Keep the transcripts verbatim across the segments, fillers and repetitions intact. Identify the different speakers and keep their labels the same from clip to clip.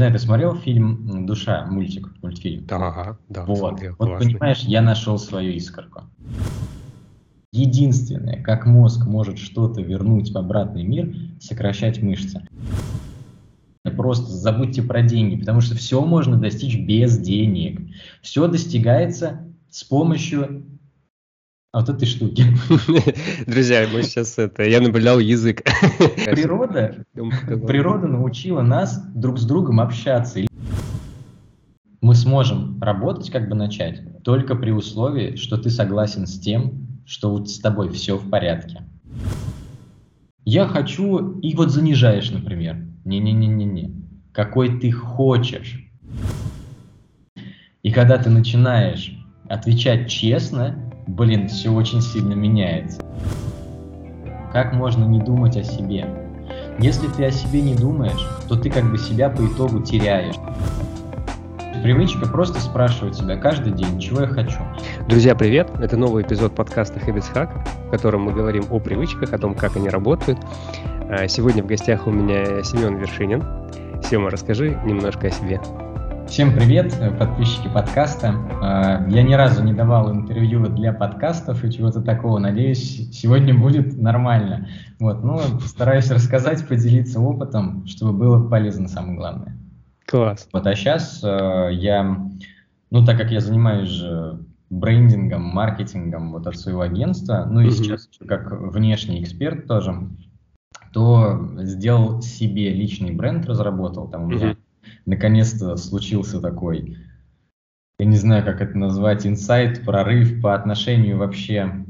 Speaker 1: знаю, ты смотрел фильм «Душа», мультик, мультфильм?
Speaker 2: Ага, да,
Speaker 1: Вот,
Speaker 2: смотрел,
Speaker 1: вот
Speaker 2: классный.
Speaker 1: понимаешь, я нашел свою искорку. Единственное, как мозг может что-то вернуть в обратный мир, сокращать мышцы. Просто забудьте про деньги, потому что все можно достичь без денег. Все достигается с помощью вот этой штуки.
Speaker 2: Друзья, мы сейчас это, я наблюдал язык.
Speaker 1: Природа,
Speaker 2: Он показал.
Speaker 1: природа научила нас друг с другом общаться. Мы сможем работать, как бы начать, только при условии, что ты согласен с тем, что вот с тобой все в порядке. Я хочу, и вот занижаешь, например. Не-не-не-не-не. Какой ты хочешь. И когда ты начинаешь отвечать честно, блин, все очень сильно меняется. Как можно не думать о себе? Если ты о себе не думаешь, то ты как бы себя по итогу теряешь. Привычка просто спрашивать себя каждый день, чего я хочу.
Speaker 2: Друзья, привет! Это новый эпизод подкаста Habits Hack, в котором мы говорим о привычках, о том, как они работают. Сегодня в гостях у меня Семен Вершинин. Сема, расскажи немножко о себе.
Speaker 1: Всем привет, подписчики подкаста. Я ни разу не давал интервью для подкастов и чего-то такого. Надеюсь, сегодня будет нормально. Вот, ну, стараюсь рассказать, поделиться опытом, чтобы было полезно, самое главное.
Speaker 2: Класс.
Speaker 1: Вот, а сейчас э, я, ну, так как я занимаюсь же брендингом, маркетингом вот от своего агентства, ну и
Speaker 2: Мгм.
Speaker 1: сейчас еще как внешний эксперт тоже, то сделал себе личный бренд, разработал. Там у меня
Speaker 2: Мгм.
Speaker 1: наконец-то случился такой, я не знаю, как это назвать, инсайт, прорыв по отношению вообще,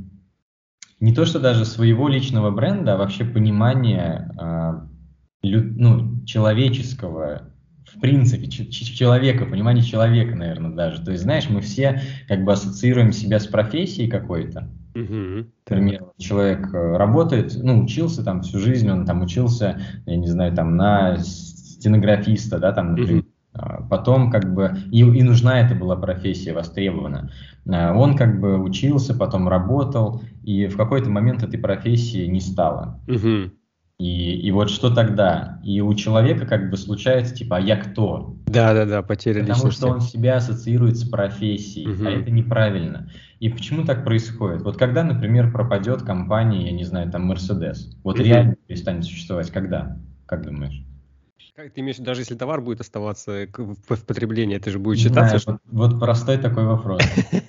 Speaker 1: не то что даже своего личного бренда, а вообще понимание э, лю- ну, человеческого, в принципе, ч- ч- человека, понимание человека, наверное, даже. То есть, знаешь, мы все как бы ассоциируем себя с профессией какой-то.
Speaker 2: Мгм. Так.
Speaker 1: Например, человек э, работает, ну, учился там всю жизнь, он там учился, я не знаю, там на стенографиста, да, там, например.
Speaker 2: Мгм.
Speaker 1: А Потом как бы, и, и нужна эта была профессия, востребована. А, Он как бы учился, потом работал, и в какой-то момент этой профессии не стало.
Speaker 2: Мгм.
Speaker 1: И, и вот что тогда? И у человека как бы случается, типа, а я кто?
Speaker 2: Да-да-да, потеря
Speaker 1: Потому что
Speaker 2: личности.
Speaker 1: он себя ассоциирует с профессией, а
Speaker 2: Мгм.
Speaker 1: это неправильно. И почему так происходит? Вот когда, например, пропадет компания, я не знаю, там, Mercedes, вот
Speaker 2: Мгм.
Speaker 1: реально перестанет существовать, когда? Как думаешь?
Speaker 2: Как ты имеешь, даже если товар будет оставаться к- в в потреблении, это же будет
Speaker 1: Не
Speaker 2: считаться,
Speaker 1: знаю,
Speaker 2: что...
Speaker 1: вот, вот простой такой вопрос.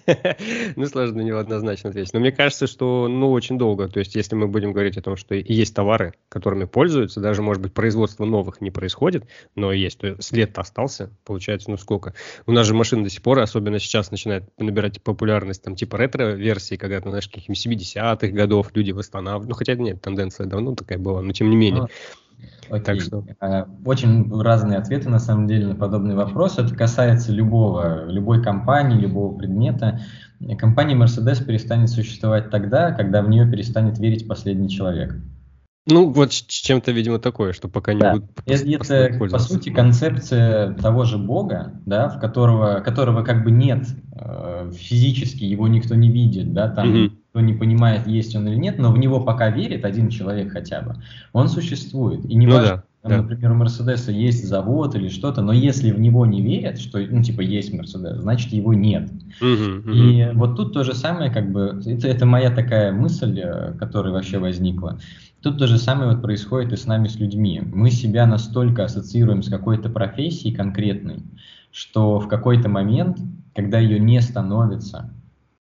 Speaker 2: Ну, сложно на него однозначно ответить. Но мне кажется, что, ну, очень долго. То есть, если мы будем говорить о том, что и есть товары, которыми пользуются, даже, может быть, производство новых не происходит, но есть, то след-то остался, получается, ну, сколько? У нас же машины до сих пор, особенно сейчас, начинают набирать популярность, там, типа ретро-версии, когда, ты знаешь, каких-нибудь семидесятых годов люди восстанавливают. Ну, хотя нет, тенденция давно такая была, но тем не менее.
Speaker 1: Ну,
Speaker 2: Так
Speaker 1: окей.
Speaker 2: что...
Speaker 1: Э, Очень разные ответы на самом деле на подобный вопрос. Это касается любого, любой компании, любого предмета. Компания Mercedes перестанет существовать тогда, когда в нее перестанет верить последний человек.
Speaker 2: Ну, вот с с чем-то, видимо, такое, что пока не
Speaker 1: Да.
Speaker 2: будут
Speaker 1: Э-
Speaker 2: пос- постоянно
Speaker 1: Это, по
Speaker 2: пользоваться.
Speaker 1: сути, концепция того же Бога, да, в которого, которого как бы нет э, физически, его никто не видит, да, там
Speaker 2: Мгм.
Speaker 1: никто не понимает, есть он или нет, но в него пока верит один человек хотя бы, он существует. И не
Speaker 2: Ну
Speaker 1: важно,
Speaker 2: да,
Speaker 1: там,
Speaker 2: да.
Speaker 1: например, у Мерседеса есть завод или что-то, но если в него не верят, что, ну, типа, есть Мерседес, значит, его нет.
Speaker 2: Мгм, мгм.
Speaker 1: И вот тут то же самое, как бы, это, это моя такая мысль, э, которая вообще возникла. Тут то же самое вот происходит и с нами, с людьми. Мы себя настолько ассоциируем с какой-то профессией конкретной, что в какой-то момент, когда ее не становится,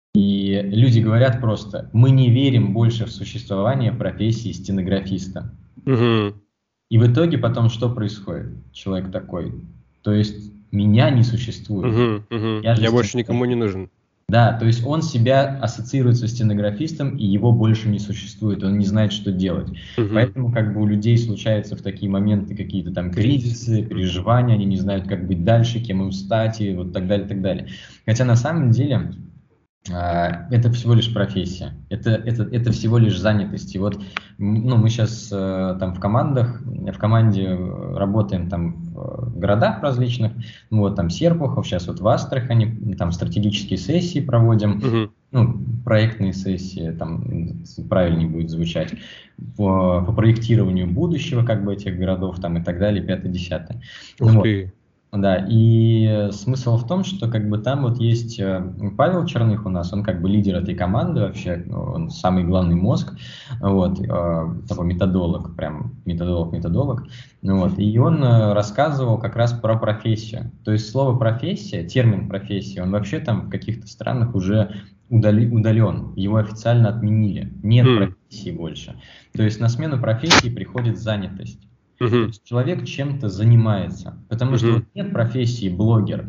Speaker 1: и люди говорят просто, мы не верим больше в существование профессии стенографиста.
Speaker 2: Мгм.
Speaker 1: И в итоге потом что происходит? Человек такой, то есть меня не существует.
Speaker 2: Мгм, мгм.
Speaker 1: Я же
Speaker 2: Я больше никому
Speaker 1: стенографист.
Speaker 2: не нужен.
Speaker 1: Да, то есть он себя ассоциирует со стенографистом, и его больше не существует, он не знает, что делать.
Speaker 2: Мгм.
Speaker 1: Поэтому как бы у людей случаются в такие моменты какие-то там кризисы, переживания, они не знают, как быть дальше, кем им стать, и вот так далее, так далее. Хотя на самом деле а, это всего лишь профессия, это, это, это всего лишь занятость. И вот м, ну, мы сейчас э, там в командах, в команде э, работаем там в городах различных, ну, вот там Серпухов, сейчас вот в Астрахани, там стратегические сессии проводим,
Speaker 2: Мгм.
Speaker 1: ну, проектные сессии, там м, правильнее будет звучать, по, по проектированию будущего как бы этих городов там и так далее, пятое-десятое. Ну,
Speaker 2: Ух
Speaker 1: вот.
Speaker 2: ты.
Speaker 1: Да, и смысл в том, что как бы там вот есть э, Павел Черных у нас, он как бы лидер этой команды вообще, он самый главный мозг, вот, э, такой методолог, прям методолог-методолог, вот, и он э, рассказывал как раз про профессию. То есть слово профессия, термин профессия, он вообще там в каких-то странах уже удали, удален, его официально отменили, нет
Speaker 2: М.
Speaker 1: профессии больше. То есть на смену профессии приходит занятость. То
Speaker 2: Мгм.
Speaker 1: есть человек чем-то занимается, потому что
Speaker 2: Мгм.
Speaker 1: вот нет профессии блогер,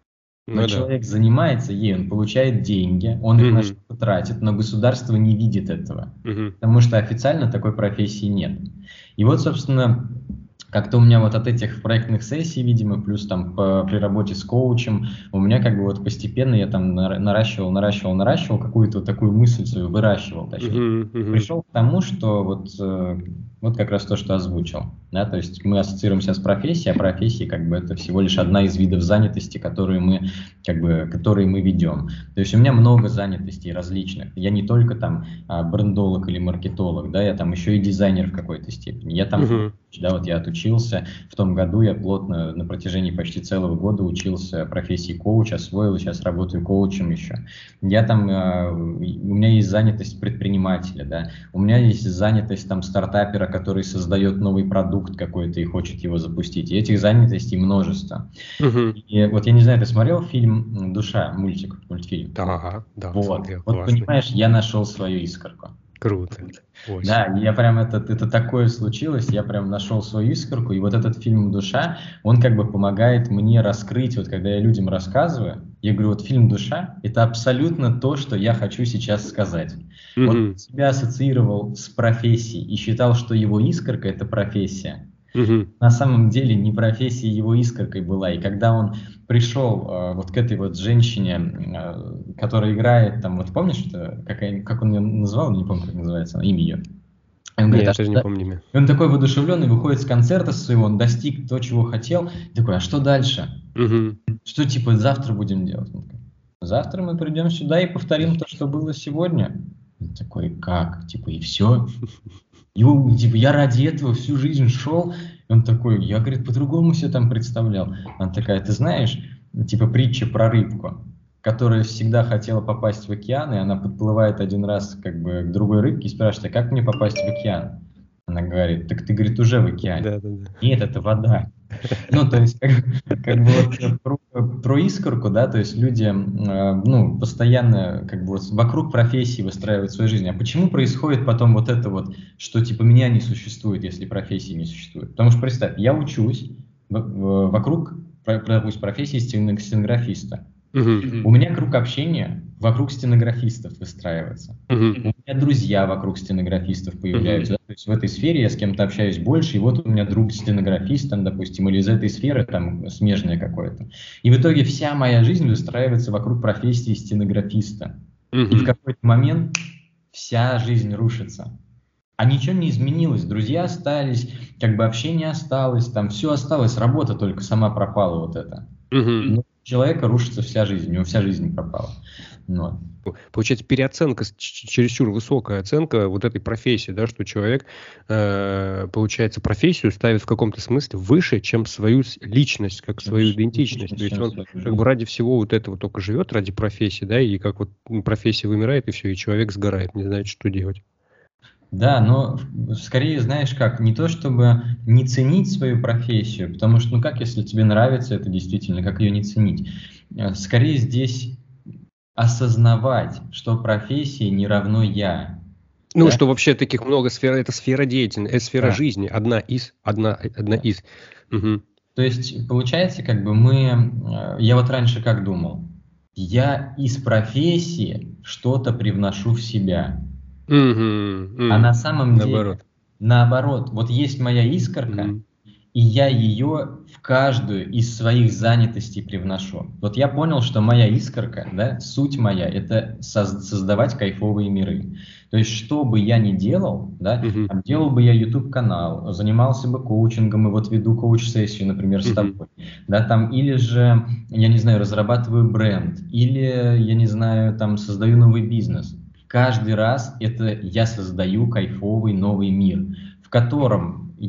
Speaker 1: но
Speaker 2: Ну да.
Speaker 1: человек занимается ей, он получает деньги, он их на
Speaker 2: Мгм.
Speaker 1: что-то тратит, но государство не видит этого,
Speaker 2: Мгм.
Speaker 1: потому что официально такой профессии нет. И вот, собственно, как-то у меня вот от этих проектных сессий, видимо, плюс там по, при работе с коучем, у меня как бы вот постепенно я там нар- наращивал, наращивал, наращивал какую-то вот такую мысль свою, выращивал, точнее.
Speaker 2: Мгм. Мгм.
Speaker 1: Пришел к тому, что вот, э, вот как раз то, что озвучил. Да, то есть мы ассоциируемся с профессией, а профессия как бы это всего лишь одна из видов занятости, которые мы, как бы, которые мы ведем. То есть у меня много занятостей различных. Я не только там а, брендолог или маркетолог, да, я там еще и дизайнер в какой-то степени. Я там
Speaker 2: Мгм.
Speaker 1: да, вот я отучился, в том году я плотно на протяжении почти целого года учился профессии коуч, освоил, и сейчас работаю коучем еще. Я там, э, у меня есть занятость предпринимателя, да, у меня есть занятость там стартапера, который создает новый продукт какой-то и хочет его запустить, и этих занятостей множество.
Speaker 2: Мгм.
Speaker 1: И вот я не знаю, ты смотрел фильм «Душа», мультик, мультфильм?
Speaker 2: Да, да,
Speaker 1: Вот,
Speaker 2: смотрел,
Speaker 1: вот
Speaker 2: классный.
Speaker 1: понимаешь, я нашел свою искорку.
Speaker 2: Круто. Очень.
Speaker 1: Да, и я прям, это, это такое случилось, я прям нашел свою искорку, и вот этот фильм «Душа», он как бы помогает мне раскрыть, вот когда я людям рассказываю, я говорю, вот фильм «Душа» — это абсолютно то, что я хочу сейчас сказать. Он
Speaker 2: Мгм.
Speaker 1: себя ассоциировал с профессией и считал, что его искорка — это профессия.
Speaker 2: Мгм.
Speaker 1: На самом деле не профессия его искоркой была, и когда он пришел э, вот к этой вот женщине, э, которая играет там, вот помнишь, что, как, я- как он ее назвал, не помню, как называется, имя ее. И он
Speaker 2: Не,
Speaker 1: говорит,
Speaker 2: я
Speaker 1: а что
Speaker 2: тоже не
Speaker 1: да-
Speaker 2: помню имя.
Speaker 1: и он такой воодушевленный выходит с концерта своего, он достиг то, чего хотел, и такой, а что дальше?
Speaker 2: Мгм.
Speaker 1: Что типа завтра будем делать? Он такой, завтра мы придем сюда и повторим то, что было сегодня. Он такой, как? Типа, и все? И он, типа, я ради этого всю жизнь шел. И он такой, я, говорит, по-другому себе там представлял. Она такая, ты знаешь, типа притча про рыбку, которая всегда хотела попасть в океан, и она подплывает один раз как бы к другой рыбке и спрашивает, а как мне попасть в океан? Она говорит, так ты, говорит, уже в океане.
Speaker 2: Да, да, да.
Speaker 1: Нет, это вода. Ну, то есть, как, как бы вот э, про, про искорку, да, то есть люди, э, ну, постоянно как бы вот вокруг профессии выстраивают свою жизнь. А почему происходит потом вот это вот, что типа меня не существует, если профессии не существует? Потому что, представь, я учусь в- в- вокруг, про- допустим, профессии стен- стенографиста.
Speaker 2: Мгм.
Speaker 1: У меня круг общения вокруг стенографистов выстраивается.
Speaker 2: Мгм.
Speaker 1: У меня друзья вокруг стенографистов появляются.
Speaker 2: Мгм.
Speaker 1: Да? То есть в этой сфере я с кем-то общаюсь больше, и вот у меня друг стенографист, там, допустим, или из этой сферы там смежное какое-то. И в итоге вся моя жизнь выстраивается вокруг профессии стенографиста. И в
Speaker 2: Мгм.
Speaker 1: какой-то момент вся жизнь рушится. А ничего не изменилось, друзья остались, как бы общение осталось, там все осталось, работа только сама пропала вот это.
Speaker 2: Мгм.
Speaker 1: Ну, у человека рушится вся жизнь, у него вся жизнь пропала. Вот.
Speaker 2: Получается, переоценка, с- ч- чересчур высокая оценка вот этой профессии, да, что человек, э, получается, профессию ставит в каком-то смысле выше, чем свою с- личность, как свою идентичность. То есть он как бы ради всего вот этого только живет, ради профессии, да, и как вот м, профессия вымирает, и все, и человек сгорает, не знает, что делать.
Speaker 1: Да, но скорее, знаешь как, не то чтобы не ценить свою профессию, потому что, ну как, если тебе нравится это действительно, как ее не ценить? Э, Скорее здесь осознавать, что профессия не равно я.
Speaker 2: Ну,
Speaker 1: Да?
Speaker 2: что вообще таких много сфер, это сфера деятельности, это сфера
Speaker 1: Да.
Speaker 2: жизни, одна из, одна, одна
Speaker 1: Да.
Speaker 2: из. Мгм.
Speaker 1: То есть, получается, как бы мы, э, я вот раньше как думал, я из профессии что-то привношу в себя.
Speaker 2: Мгм.
Speaker 1: А
Speaker 2: М.
Speaker 1: на самом деле,
Speaker 2: Наоборот.
Speaker 1: наоборот, вот есть моя искорка,
Speaker 2: Мгм.
Speaker 1: и я ее в каждую из своих занятостей привношу. Вот я понял, что моя искорка, да, суть моя, это соз- создавать кайфовые миры. То есть, что бы я ни делал, да,
Speaker 2: Мгм.
Speaker 1: там, делал бы я YouTube-канал, занимался бы коучингом и вот веду коуч-сессию, например, с
Speaker 2: Мгм.
Speaker 1: тобой, да, там, или же, я не знаю, разрабатываю бренд, или, я не знаю, там, создаю новый бизнес. Каждый раз это я создаю кайфовый новый мир, в котором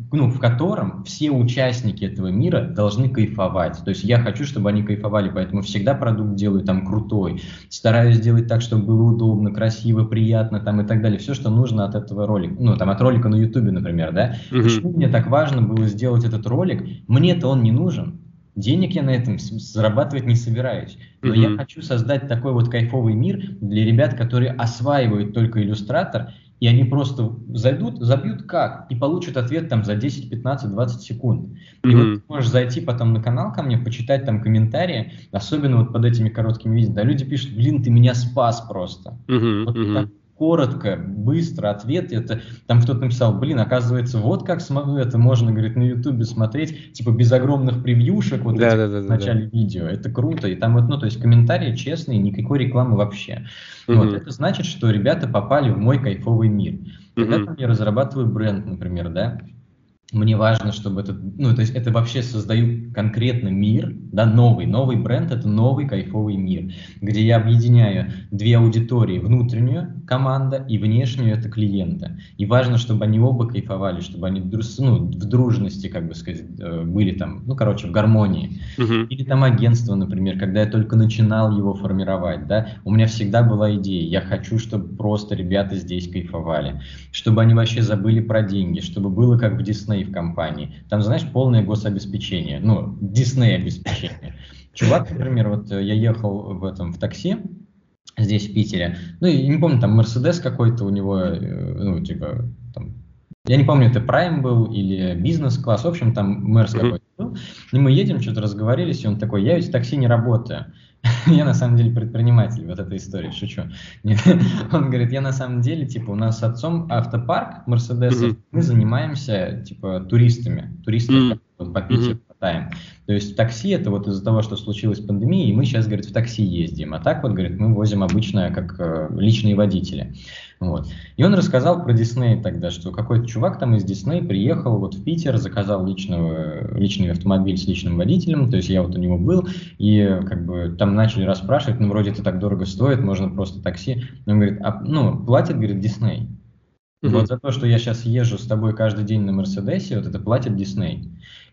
Speaker 1: ну, в котором все участники этого мира должны кайфовать. То есть я хочу, чтобы они кайфовали, поэтому всегда продукт делаю там крутой, стараюсь сделать так, чтобы было удобно, красиво, приятно там и так далее. Все, что нужно от этого ролика, ну, там, от ролика на Ютубе, например, да.
Speaker 2: Мгм.
Speaker 1: Почему мне так важно было сделать этот ролик? Мне-то он не нужен. Денег я на этом с- зарабатывать не собираюсь. Но я
Speaker 2: Мгм.
Speaker 1: хочу создать такой вот кайфовый мир для ребят, которые осваивают только иллюстратор, и они просто зайдут, забьют как, и получат ответ там за десять, пятнадцать, двадцать секунд. И вот ты
Speaker 2: Мгм.
Speaker 1: можешь зайти потом на канал ко мне, почитать там комментарии, особенно вот под этими короткими видео. Да, люди пишут, блин, ты меня спас просто.
Speaker 2: Мгм.
Speaker 1: Вот так
Speaker 2: Мгм.
Speaker 1: коротко, быстро ответ. Это там кто-то написал, блин, оказывается, вот как см- это можно, говорит, на Ютубе смотреть, типа без огромных превьюшек вот
Speaker 2: Да,
Speaker 1: этих
Speaker 2: да,
Speaker 1: в
Speaker 2: да, да, да.
Speaker 1: начале видео. Это круто. И там вот, ну, то есть комментарии честные, никакой рекламы вообще. Вот,
Speaker 2: Мгм.
Speaker 1: это значит, что ребята попали в мой кайфовый мир. Когда
Speaker 2: Мгм.
Speaker 1: там я разрабатываю бренд, например, да, мне важно, чтобы этот, ну, то есть это вообще создаю конкретно мир, да, новый, новый бренд, это новый кайфовый мир, где я объединяю две аудитории, внутреннюю команда и внешнюю это клиента. И важно, чтобы они оба кайфовали, чтобы они друс- ну, в дружности, как бы сказать, э, были там, ну, короче, в гармонии.
Speaker 2: Мгм.
Speaker 1: Или там агентство, например, когда я только начинал его формировать, да, у меня всегда была идея, я хочу, чтобы просто ребята здесь кайфовали, чтобы они вообще забыли про деньги, чтобы было как в Дисней в компании. Там, знаешь, полное гособеспечение, ну, Дисней обеспечение. Чувак, например, вот э, я ехал в этом в такси, здесь, в Питере, ну, и не помню, там Мерседес какой-то у него, э, ну, типа, там, я не помню, это Prime был или бизнес-класс, в общем, там Мерс
Speaker 2: Мгм.
Speaker 1: какой-то был, и мы едем, что-то разговорились, и он такой, я ведь в такси не работаю. Я на самом деле предприниматель, вот эта история, шучу. Нет. Он говорит, я на самом деле, типа, у нас с отцом автопарк Мерседесов,
Speaker 2: Мгм.
Speaker 1: мы занимаемся, типа, туристами, туристов как
Speaker 2: М.
Speaker 1: бы вот по Питеру
Speaker 2: Мгм.
Speaker 1: катаем. То есть такси это вот из-за того, что случилась пандемия, и мы сейчас, говорит, в такси ездим, а так вот, говорит, мы возим обычно как э, личные водители. Вот. И он рассказал про Дисней тогда, что какой-то чувак там из Дисней приехал вот в Питер, заказал личного, личный автомобиль с личным водителем, то есть я вот у него был, и как бы там начали расспрашивать, ну, вроде это так дорого стоит, можно просто такси. Он говорит, а, ну, платит, говорит, Дисней. Вот
Speaker 2: Мгм.
Speaker 1: за то, что я сейчас езжу с тобой каждый день на Мерседесе, вот это платит Дисней.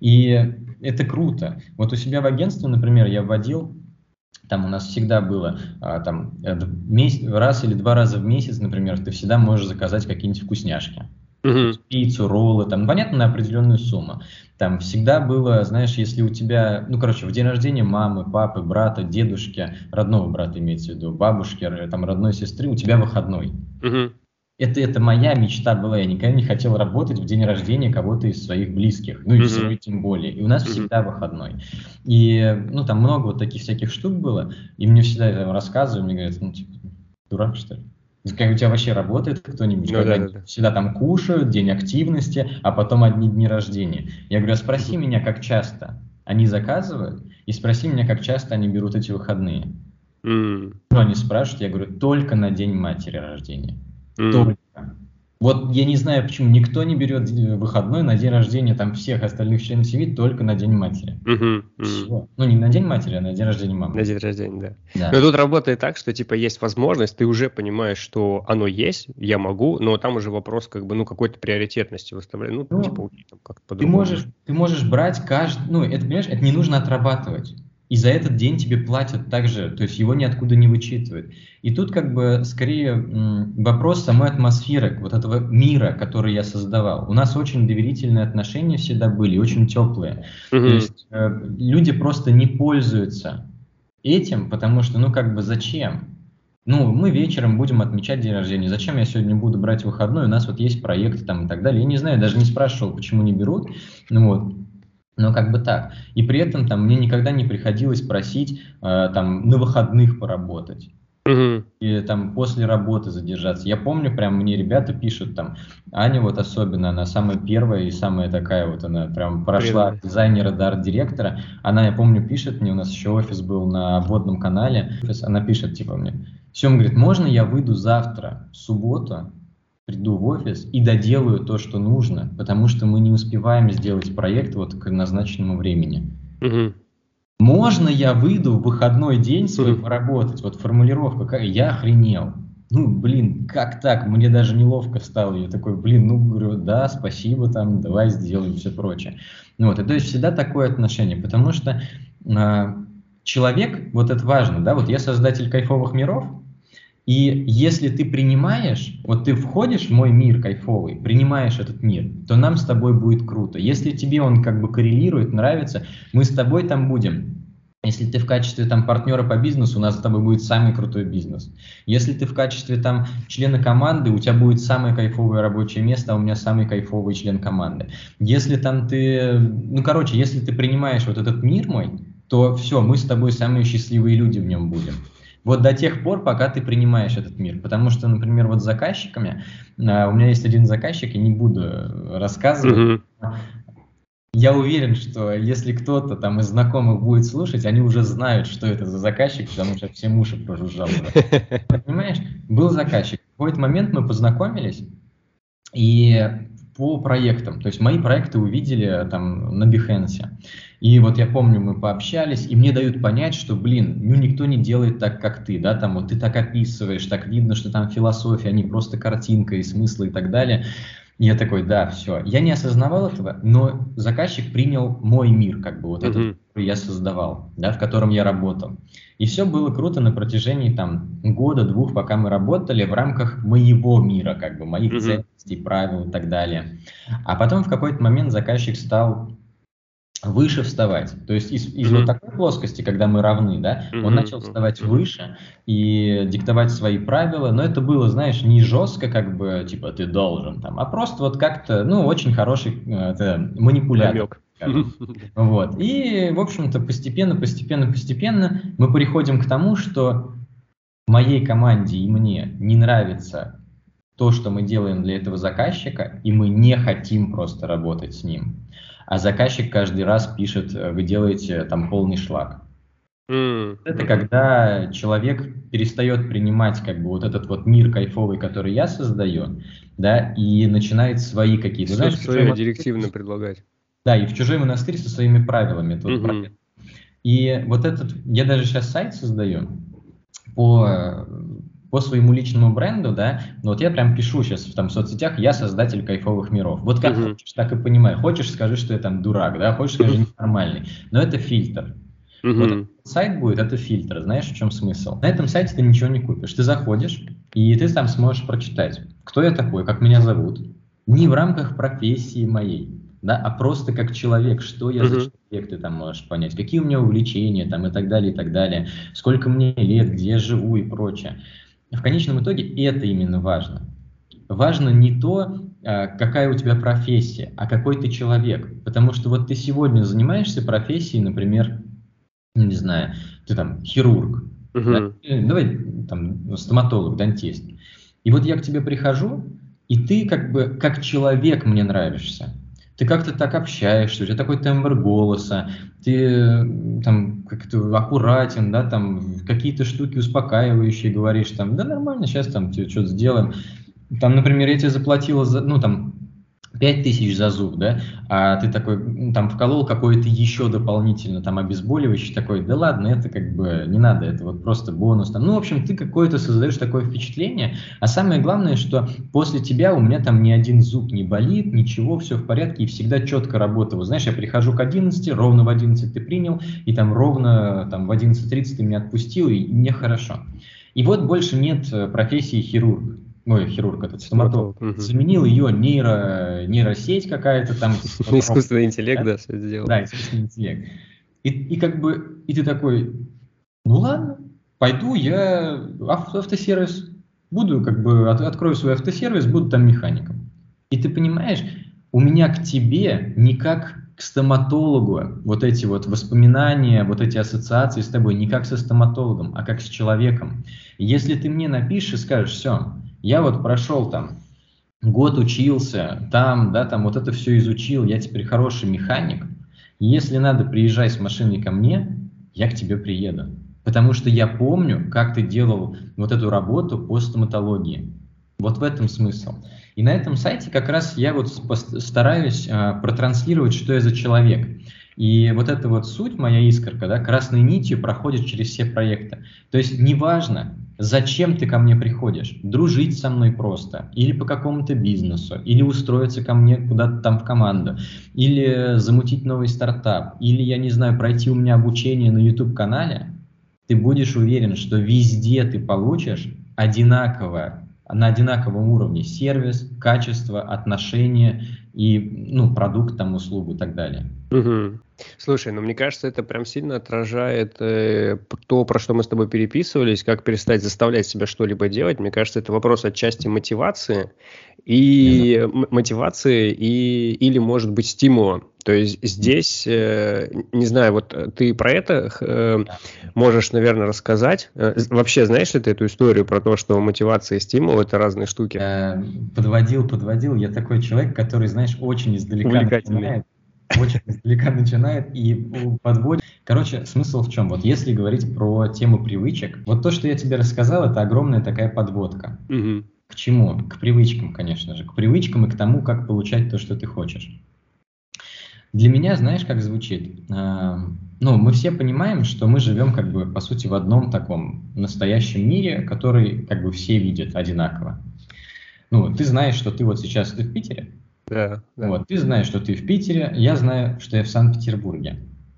Speaker 1: И это круто. Вот у себя в агентстве, например, я вводил, там у нас всегда было, а, там, э, д- месяц- раз или два раза в месяц, например, ты всегда можешь заказать какие-нибудь вкусняшки. То
Speaker 2: Мгм.
Speaker 1: есть пиццу, роллы, там, понятно, на определенную сумму. Там всегда было, знаешь, если у тебя, ну, короче, в день рождения мамы, папы, брата, дедушки, родного брата имеется в виду, бабушки, р- там, родной сестры, у тебя выходной.
Speaker 2: Мгм.
Speaker 1: Это, это моя мечта была, я никогда не хотел работать в день рождения кого-то из своих близких, ну и в
Speaker 2: Мгм.
Speaker 1: свой тем более. И у нас
Speaker 2: Мгм.
Speaker 1: всегда выходной. И, ну, там много вот таких всяких штук было, и мне всегда это рассказывали, мне говорят, ну, типа, дурак, что ли? Как у тебя вообще работает кто-нибудь,
Speaker 2: Ну
Speaker 1: когда
Speaker 2: да, да,
Speaker 1: они
Speaker 2: да.
Speaker 1: всегда там кушают, день активности, а потом одни дни рождения? Я говорю, а спроси
Speaker 2: Мгм.
Speaker 1: меня, как часто они заказывают, и спроси меня, как часто они берут эти выходные.
Speaker 2: М.
Speaker 1: Ну, они спрашивают, я говорю, только на день матери рождения.
Speaker 2: М.
Speaker 1: Только. Вот я не знаю, почему никто не берет э, выходной на день рождения там всех остальных членов семьи, только на день матери.
Speaker 2: Мгм. М.
Speaker 1: Все. Ну, не на день матери, а на день рождения
Speaker 2: На
Speaker 1: мамы.
Speaker 2: день рождения, да. Но
Speaker 1: Да.
Speaker 2: тут работает так, что типа есть возможность, ты уже понимаешь, что оно есть, я могу, но там уже вопрос как бы, ну, какой-то приоритетности выставлять. Ну, типа,
Speaker 1: Ну,
Speaker 2: окей, там как-то
Speaker 1: ты
Speaker 2: по-другому.
Speaker 1: можешь, ты можешь брать каждый, ну, это, понимаешь, это не нужно отрабатывать. И за этот день тебе платят также, то есть его ниоткуда не вычитывают. И тут как бы скорее м, вопрос самой атмосферы, вот этого мира, который я создавал. У нас очень доверительные отношения всегда были, очень теплые. То
Speaker 2: Мгм.
Speaker 1: есть э, люди просто не пользуются этим, потому что, ну, как бы зачем? Ну, мы вечером будем отмечать день рождения. Зачем я сегодня буду брать выходной? У нас вот есть проект там и так далее. Я не знаю, даже не спрашивал, почему не берут. Ну вот. Но как бы так. И при этом там мне никогда не приходилось просить э, там на выходных поработать.
Speaker 2: Мгм.
Speaker 1: И там после работы задержаться. Я помню, прям мне ребята пишут там, Аня вот особенно, она самая первая и самая такая вот, она прям прошла от
Speaker 2: Преданный.
Speaker 1: дизайнера до арт-директора. Она, я помню, пишет мне, у нас еще офис был на водном канале, офис, она пишет типа мне, Сем, говорит, можно я выйду завтра, в субботу, приду в офис и доделаю то, что нужно, потому что мы не успеваем сделать проект вот к назначенному времени.
Speaker 2: Мгм.
Speaker 1: Можно я выйду в выходной день свой
Speaker 2: Мгм.
Speaker 1: поработать? Вот формулировка, какая? Я охренел. ну, блин, как так? Мне даже неловко стало. Я такой, блин, ну, говорю, да, спасибо, там, давай сделаем, все прочее. Ну, вот, и то есть всегда такое отношение, потому что э, человек, вот это важно, да, вот я создатель кайфовых миров, и если ты принимаешь, вот ты входишь в мой мир кайфовый, принимаешь этот мир, то нам с тобой будет круто. Если тебе он как бы коррелирует, нравится, мы с тобой там будем. Если ты в качестве там партнера по бизнесу, у нас с тобой будет самый крутой бизнес. Если ты в качестве там члена команды, у тебя будет самое кайфовое рабочее место, а у меня самый кайфовый член команды. Если там ты, ну короче, если ты принимаешь вот этот мир мой, то все, мы с тобой самые счастливые люди в нем будем. Вот до тех пор, пока ты принимаешь этот мир. Потому что, например, вот с заказчиками, а, у меня есть один заказчик, я не буду рассказывать. Mm-hmm. Я уверен, что если кто-то там из знакомых будет слушать, они уже знают, что это за заказчик, потому что всем уши прожужжал. Понимаешь? Был заказчик. В какой-то момент мы познакомились, и по проектам, то есть мои проекты увидели там на Behance. И вот я помню, мы пообщались, и мне дают понять, что, блин, ну никто не делает так, как ты, да, там вот ты так описываешь, так видно, что там философия, а не просто картинка и смыслы и так далее. И я такой, да, все. Я не осознавал этого, но заказчик принял мой мир, как бы вот mm-hmm. этот, который я создавал, да, в котором я работал. И все было круто на протяжении там года-двух, пока мы работали в рамках моего мира, как бы моих mm-hmm. ценностей, правил и так далее. А потом в какой-то момент заказчик стал выше вставать, то есть из, из mm-hmm. вот такой плоскости, когда мы равны, да, mm-hmm. он начал вставать mm-hmm. выше и диктовать свои правила, но это было, знаешь, не жестко, как бы, типа, ты должен там, а просто вот как-то, ну, очень хороший это, манипулятор. Скажем. Вот, и, в общем-то, постепенно, постепенно, постепенно мы приходим к тому, что моей команде и мне не нравится то, что мы делаем для этого заказчика, и мы не хотим просто работать с ним. А заказчик каждый раз пишет, вы делаете там полный шлак. Mm-hmm. Это когда человек перестает принимать как бы вот этот вот мир кайфовый, который я создаю, да, и начинает свои какие-то...
Speaker 2: Знаешь, свои монастырь... директивно предлагать.
Speaker 1: Да, и в чужой монастырь со своими правилами. Это mm-hmm. вот и вот этот... Я даже сейчас сайт создаю по... по своему личному бренду, да, но вот я прям пишу сейчас в там, соцсетях, я создатель кайфовых миров. Вот как uh-huh. хочешь, так и понимаю. Хочешь, скажи, что я там дурак, да, хочешь, скажи, ненормальный. Но это фильтр. Uh-huh. Вот этот сайт будет, это фильтр. Знаешь, в чем смысл? На этом сайте ты ничего не купишь. Ты заходишь, и ты там сможешь прочитать, кто я такой, как меня зовут. Не в рамках профессии моей, да, а просто как человек, что я uh-huh. за человек, ты там можешь понять, какие у меня увлечения там и так далее, и так далее, сколько мне лет, где я живу и прочее. В конечном итоге это именно важно. Важно не то, какая у тебя профессия, а какой ты человек. Потому что вот ты сегодня занимаешься профессией, например, не знаю, ты там хирург, uh-huh. да? Давай там стоматолог, дантист. И вот я к тебе прихожу, и ты как бы как человек мне нравишься. Ты как-то так общаешься, у тебя такой тембр голоса, ты там как-то аккуратен, да, там какие-то штуки успокаивающие говоришь, там, да нормально, сейчас там тебе что-то сделаем. Там, например, я тебе заплатила, за, ну там, пять тысяч за зуб, да, а ты такой, ну, там, вколол какое-то еще дополнительно, там, обезболивающее, такой, да ладно, это как бы не надо, это вот просто бонус, там, ну, в общем, ты какое-то создаешь такое впечатление, а самое главное, что после тебя у меня там ни один зуб не болит, ничего, все в порядке, и всегда четко работаю. Знаешь, я прихожу к одиннадцати, ровно в одиннадцать ты принял, и там ровно там, в одиннадцать тридцать ты меня отпустил, и мне хорошо. И вот больше нет профессии хирург. Ой, хирург этот, стоматолог. Угу. Заменил ее нейро, нейросеть какая-то там.
Speaker 2: Искусственный интеллект, да, все это сделал.
Speaker 1: Да, искусственный интеллект. И, и как бы, и ты такой, ну ладно, пойду я в автосервис, буду как бы, от, открою свой автосервис, буду там механиком. И ты понимаешь, у меня к тебе не как к стоматологу вот эти вот воспоминания, вот эти ассоциации с тобой, не как со стоматологом, а как с человеком. И если ты мне напишешь и скажешь, все, я вот прошел там, год учился, там, да, там вот это все изучил, я теперь хороший механик. И если надо, приезжай с машиной ко мне, я к тебе приеду. Потому что я помню, как ты делал вот эту работу по стоматологии. Вот в этом смысл. И на этом сайте как раз я вот стараюсь а, протранслировать, что я за человек. И вот эта вот суть, моя искорка, да, красной нитью проходит через все проекты. То есть неважно, Зачем ты ко мне приходишь? Дружить со мной просто, или по какому-то бизнесу, или устроиться ко мне куда-то там в команду, или замутить новый стартап, или, я не знаю, пройти у меня обучение на YouTube-канале, ты будешь уверен, что везде ты получишь одинаково, на одинаковом уровне сервис, качество, отношения и, ну, продукт, там, услугу и так далее.
Speaker 2: Угу. Слушай, ну мне кажется, это прям сильно отражает э, то, про что мы с тобой переписывались, как перестать заставлять себя что-либо делать. Мне кажется, это вопрос отчасти мотивации и м- мотивации и или, может быть, стимула. То есть здесь, э, не знаю, вот ты про это э, можешь, наверное, рассказать. Э, вообще, знаешь ли ты эту историю про то, что мотивация и стимул – это разные штуки?
Speaker 1: Э, Подводил, подводил. Я такой человек, который, знаешь, очень издалека
Speaker 2: Увлекательный.
Speaker 1: начинает. Очень издалека начинает и подводит. Короче, смысл в чем? Вот если говорить про тему привычек, вот то, что я тебе рассказал, это огромная такая подводка.
Speaker 2: Угу.
Speaker 1: К чему? К привычкам, конечно же. К привычкам и к тому, как получать то, что ты хочешь. Для меня, знаешь, как звучит? А, ну, мы все понимаем, что мы живем, как бы, по сути, в одном таком настоящем мире, который, как бы, все видят одинаково. Ну, ты знаешь, что ты вот сейчас ты в Питере.
Speaker 2: Да, да.
Speaker 1: Вот, ты знаешь, что ты в Питере, я знаю, что я в Санкт-Петербурге.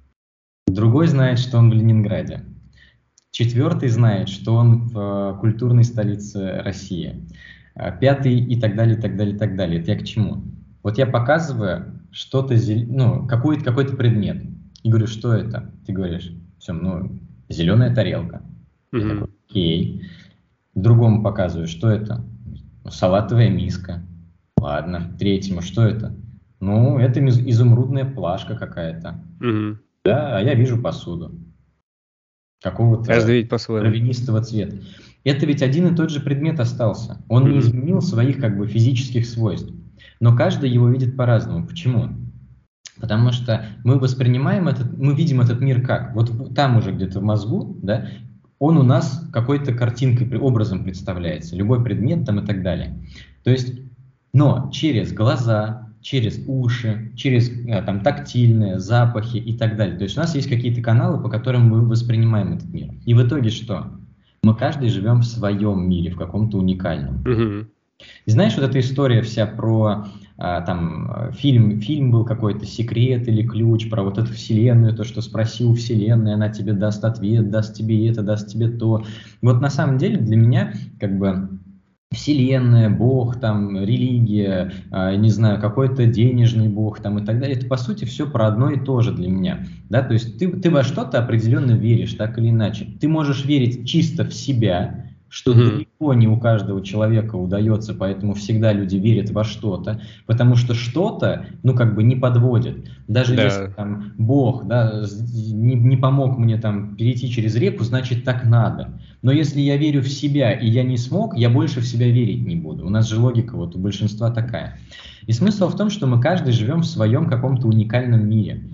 Speaker 1: Другой знает, что он в Ленинграде. Четвертый знает, что он в э, культурной столице России. А Пятый и так далее, и так далее, и так далее. Это я к чему? Вот я показываю что-то, зел- ну, какой-то, какой-то предмет. И говорю, что это? Ты говоришь, все, ну, зеленая тарелка. Я
Speaker 2: Угу.
Speaker 1: такой, окей. Другому показываю, что это? «Ну, салатовая миска. Ладно. Третьему, что это? Ну, это из- изумрудная плашка какая-то.
Speaker 2: Угу.
Speaker 1: Да, а я вижу посуду. Какого-то
Speaker 2: Каждый видит по-своему.
Speaker 1: травянистого цвета. Это ведь один и тот же предмет остался. Он не
Speaker 2: Мгм.
Speaker 1: изменил своих, как бы, физических свойств. Но каждый его видит по-разному. Почему? Потому что мы воспринимаем этот, мы видим этот мир как? Вот в- там уже где-то в мозгу, да, он у нас какой-то картинкой, при- образом представляется, любой предмет там и так далее. То есть, но через глаза, через уши, через э, там тактильные, запахи и так далее. То есть у нас есть какие-то каналы, по которым мы воспринимаем этот мир. И в итоге что? Мы каждый живем в своем мире, в каком-то уникальном.
Speaker 2: Мгм.
Speaker 1: И знаешь, вот эта история вся про а, там а, фильм, фильм был какой-то «Секрет» или «Ключ», про вот эту вселенную, то, что спроси у вселенной, она тебе даст ответ, даст тебе это, даст тебе то. Вот на самом деле для меня как бы вселенная, бог, там, религия, а, не знаю, какой-то денежный бог там и так далее, это по сути все про одно и то же для меня. Да? То есть ты, ты во что-то определенно веришь, так или иначе. Ты можешь верить чисто в себя, что
Speaker 2: Мгм.
Speaker 1: далеко не у каждого человека удается, поэтому всегда люди верят во что-то, потому что что-то, ну, как бы не подводит. Даже
Speaker 2: Да.
Speaker 1: если там Бог, да, не, не помог мне там перейти через реку, значит так надо. Но если я верю в себя и я не смог, я больше в себя верить не буду. У нас же логика вот у большинства такая. И смысл в том, что мы каждый живем в своем каком-то уникальном мире.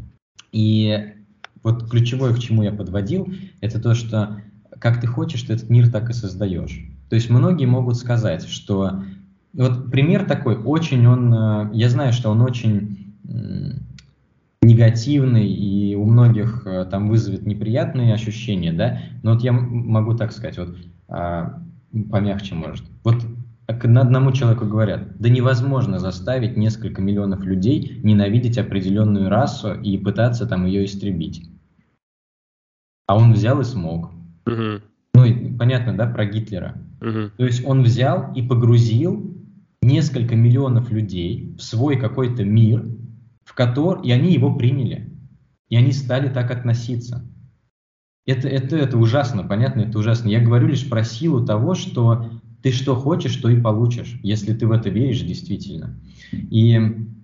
Speaker 1: И вот ключевое, к чему я подводил, это то, что как ты хочешь, ты этот мир так и создаешь. То есть многие могут сказать, что... Вот пример такой, очень он... э, Я знаю, что он очень м, негативный и у многих э, там вызовет неприятные ощущения, да, но вот я м- могу так сказать, вот а, помягче может. Вот к на одному человеку говорят, да невозможно заставить несколько миллионов людей ненавидеть определенную расу и пытаться там ее истребить. А он взял и смог.
Speaker 2: Мгм.
Speaker 1: Ну и понятно, да, про Гитлера.
Speaker 2: Мгм.
Speaker 1: То есть он взял и погрузил несколько миллионов людей в свой какой-то мир, в который, и они его приняли. И они стали так относиться. Это, это, это ужасно, понятно, это ужасно. Я говорю лишь про силу того, что ты что хочешь, то и получишь, если ты в это веришь действительно. И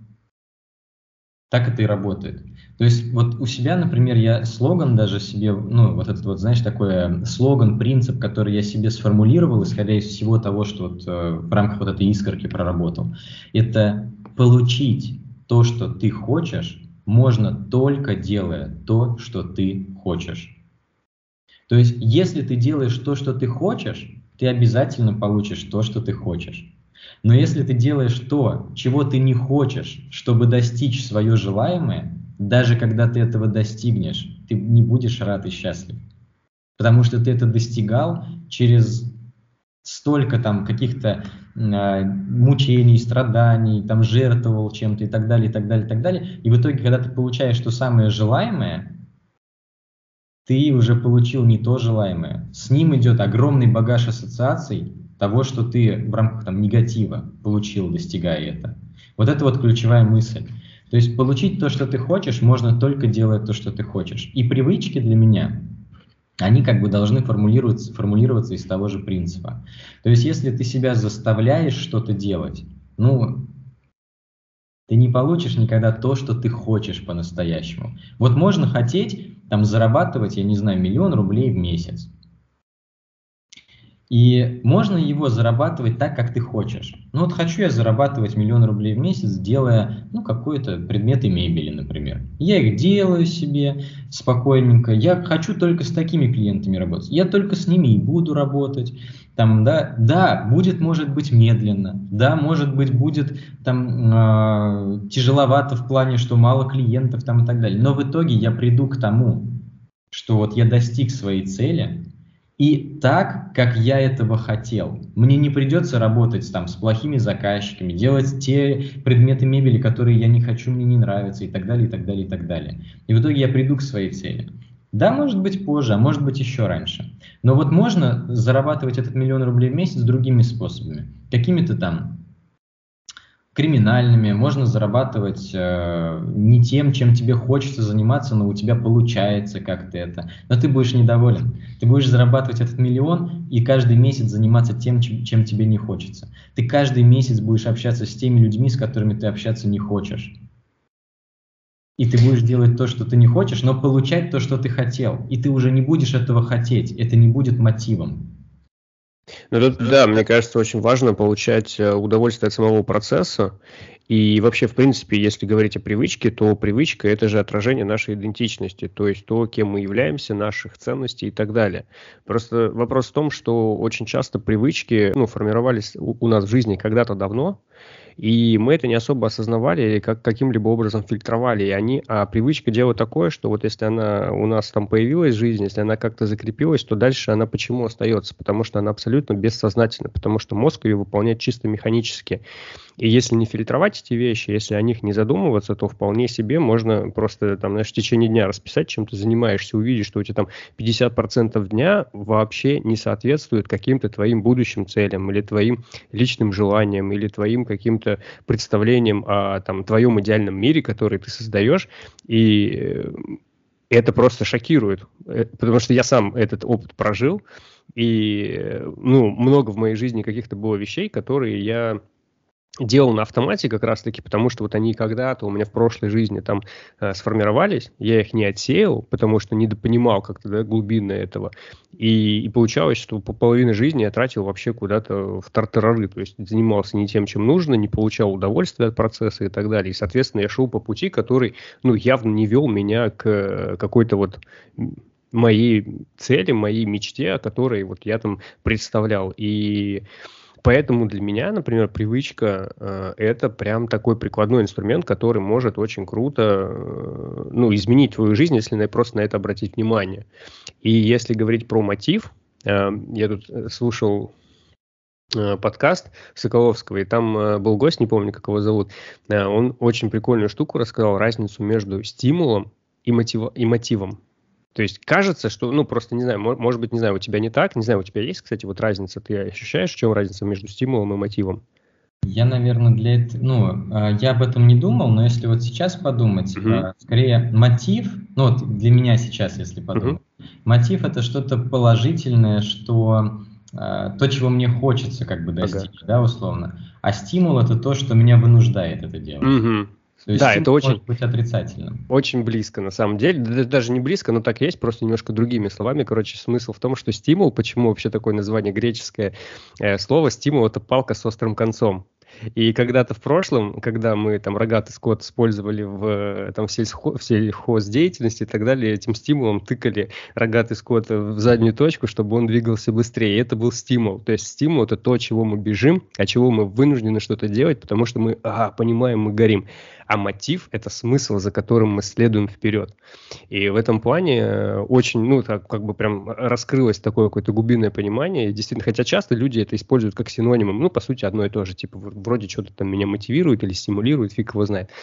Speaker 1: так это и работает. То есть вот у себя, например, я слоган даже себе, ну вот этот вот, знаешь, такой э, слоган, принцип, который я себе сформулировал, исходя из всего того, что вот э, в рамках вот этой искорки проработал, это получить то, что ты хочешь, можно только делая то, что ты хочешь. То есть если ты делаешь то, что ты хочешь, ты обязательно получишь то, что ты хочешь. Но если ты делаешь то, чего ты не хочешь, чтобы достичь свое желаемое, даже когда ты этого достигнешь, ты не будешь рад и счастлив. потому что ты это достигал через столько там каких-то э, мучений, страданий, там жертвовал чем-то и так далее, и так далее, и так далее. И в итоге, когда ты получаешь то самое желаемое, ты уже получил не то желаемое. С ним идет огромный багаж ассоциаций того, что ты в рамках там негатива получил, достигая это. Вот это вот ключевая мысль. То есть получить то, что ты хочешь, можно только делать то, что ты хочешь. И привычки для меня, они как бы должны формулироваться, формулироваться из того же принципа. То есть если ты себя заставляешь что-то делать, ну, ты не получишь никогда то, что ты хочешь по-настоящему. Вот можно хотеть там зарабатывать, я не знаю, миллион рублей в месяц. И можно его зарабатывать так, как ты хочешь. Ну вот хочу я зарабатывать миллион рублей в месяц, делая, ну, какой-то предметы мебели, например. Я их делаю себе спокойненько. Я хочу только с такими клиентами работать. Я только с ними и буду работать. Там, да, да, будет, может быть, медленно. Да, может быть, будет там э, тяжеловато в плане, что мало клиентов там и так далее. Но в итоге я приду к тому, что вот я достиг своей цели, и так, как я этого хотел. Мне не придется работать там с плохими заказчиками, делать те предметы мебели, которые я не хочу, мне не нравятся, и так далее, и так далее, и так далее. И в итоге я приду к своей цели. Да, может быть позже, а может быть еще раньше. Но вот можно зарабатывать этот миллион рублей в месяц другими способами. Какими-то там криминальными, можно зарабатывать э, не тем, чем тебе хочется заниматься, но у тебя получается как-то это. Но ты будешь недоволен. Ты будешь зарабатывать этот миллион и каждый месяц заниматься тем, чем, чем тебе не хочется. Ты каждый месяц будешь общаться с теми людьми, с которыми ты общаться не хочешь. И ты будешь делать то, что ты не хочешь, но получать то, что ты хотел. И ты уже не будешь этого хотеть. Это не будет мотивом.
Speaker 2: Ну, тут, да, мне кажется, очень важно получать удовольствие от самого процесса. И вообще, в принципе, если говорить о привычке, то привычка – это же отражение нашей идентичности, то есть то, кем мы являемся, наших ценностей и так далее. Просто вопрос в том, что очень часто привычки, ну, формировались у, у нас в жизни когда-то давно, и мы это не особо осознавали или как, каким-либо образом фильтровали. И они, а привычка дело такое, что вот если она у нас там появилась в жизни, если она как-то закрепилась, то дальше она почему остается? Потому что она абсолютно бессознательна, потому что мозг ее выполняет чисто механически. И если не фильтровать эти вещи, если о них не задумываться, то вполне себе можно просто там, знаешь, в течение дня расписать, чем ты занимаешься, увидеть, что у тебя там пятьдесят процентов дня вообще не соответствует каким-то твоим будущим целям или твоим личным желаниям или твоим каким-то представлениям о там, твоем идеальном мире, который ты создаешь. И это просто шокирует, потому что я сам этот опыт прожил, и ну, много в моей жизни каких-то было вещей, которые я делал на автомате как раз-таки, потому что вот они когда-то у меня в прошлой жизни там э, сформировались, я их не отсеял, потому что недопонимал как-то, да, глубинно этого, и, и получалось, что по половине жизни я тратил вообще куда-то в тартарары, то есть занимался не тем, чем нужно, не получал удовольствия от процесса и так далее, и, соответственно, я шел по пути, который, ну, явно не вел меня к какой-то вот моей цели, моей мечте, о которой вот я там представлял, и поэтому для меня, например, привычка э, – это прям такой прикладной инструмент, который может очень круто э, ну, изменить твою жизнь, если на, просто на это обратить внимание. И если говорить про мотив, э, я тут слушал э, подкаст Соколовского, и там э, был гость, не помню, как его зовут, э, он очень прикольную штуку рассказал, разницу между стимулом и, мотив, и мотивом. То есть кажется, что, ну, просто, не знаю, может быть, не знаю, у тебя не так, не знаю, у тебя есть, кстати, вот разница, ты ощущаешь, в чем разница между стимулом и мотивом?
Speaker 1: Я, наверное, для этого, ну, я об этом не думал, но если вот сейчас подумать, uh-huh. скорее мотив, ну, вот для меня сейчас, если подумать, uh-huh. мотив – это что-то положительное, что то, чего мне хочется как бы достичь, ага. да, условно, а стимул – это то, что меня вынуждает это делать.
Speaker 2: Uh-huh.
Speaker 1: То есть
Speaker 2: да, это очень,
Speaker 1: может быть отрицательным.
Speaker 2: Очень близко, на самом деле. Даже не близко, но так и есть, просто немножко другими словами. Короче, смысл в том, что стимул, почему вообще такое название греческое э, слово, стимул – это палка с острым концом. И когда-то в прошлом, когда мы там рогатый скот использовали в, там, в, сельсхо, в сельхоздеятельности и так далее, этим стимулом тыкали рогатый скот в заднюю точку, чтобы он двигался быстрее. И это был стимул. То есть стимул – это то, чего мы бежим, от чего мы вынуждены что-то делать, потому что мы ага, понимаем, мы горим. а мотив – это смысл, за которым мы следуем вперед. И в этом плане очень, ну, так как бы прям раскрылось такое какое-то глубинное понимание. Действительно, хотя часто люди это используют как синонимы, ну, по сути, одно и то же. Типа, вроде что-то там меня мотивирует или стимулирует, фиг его знает.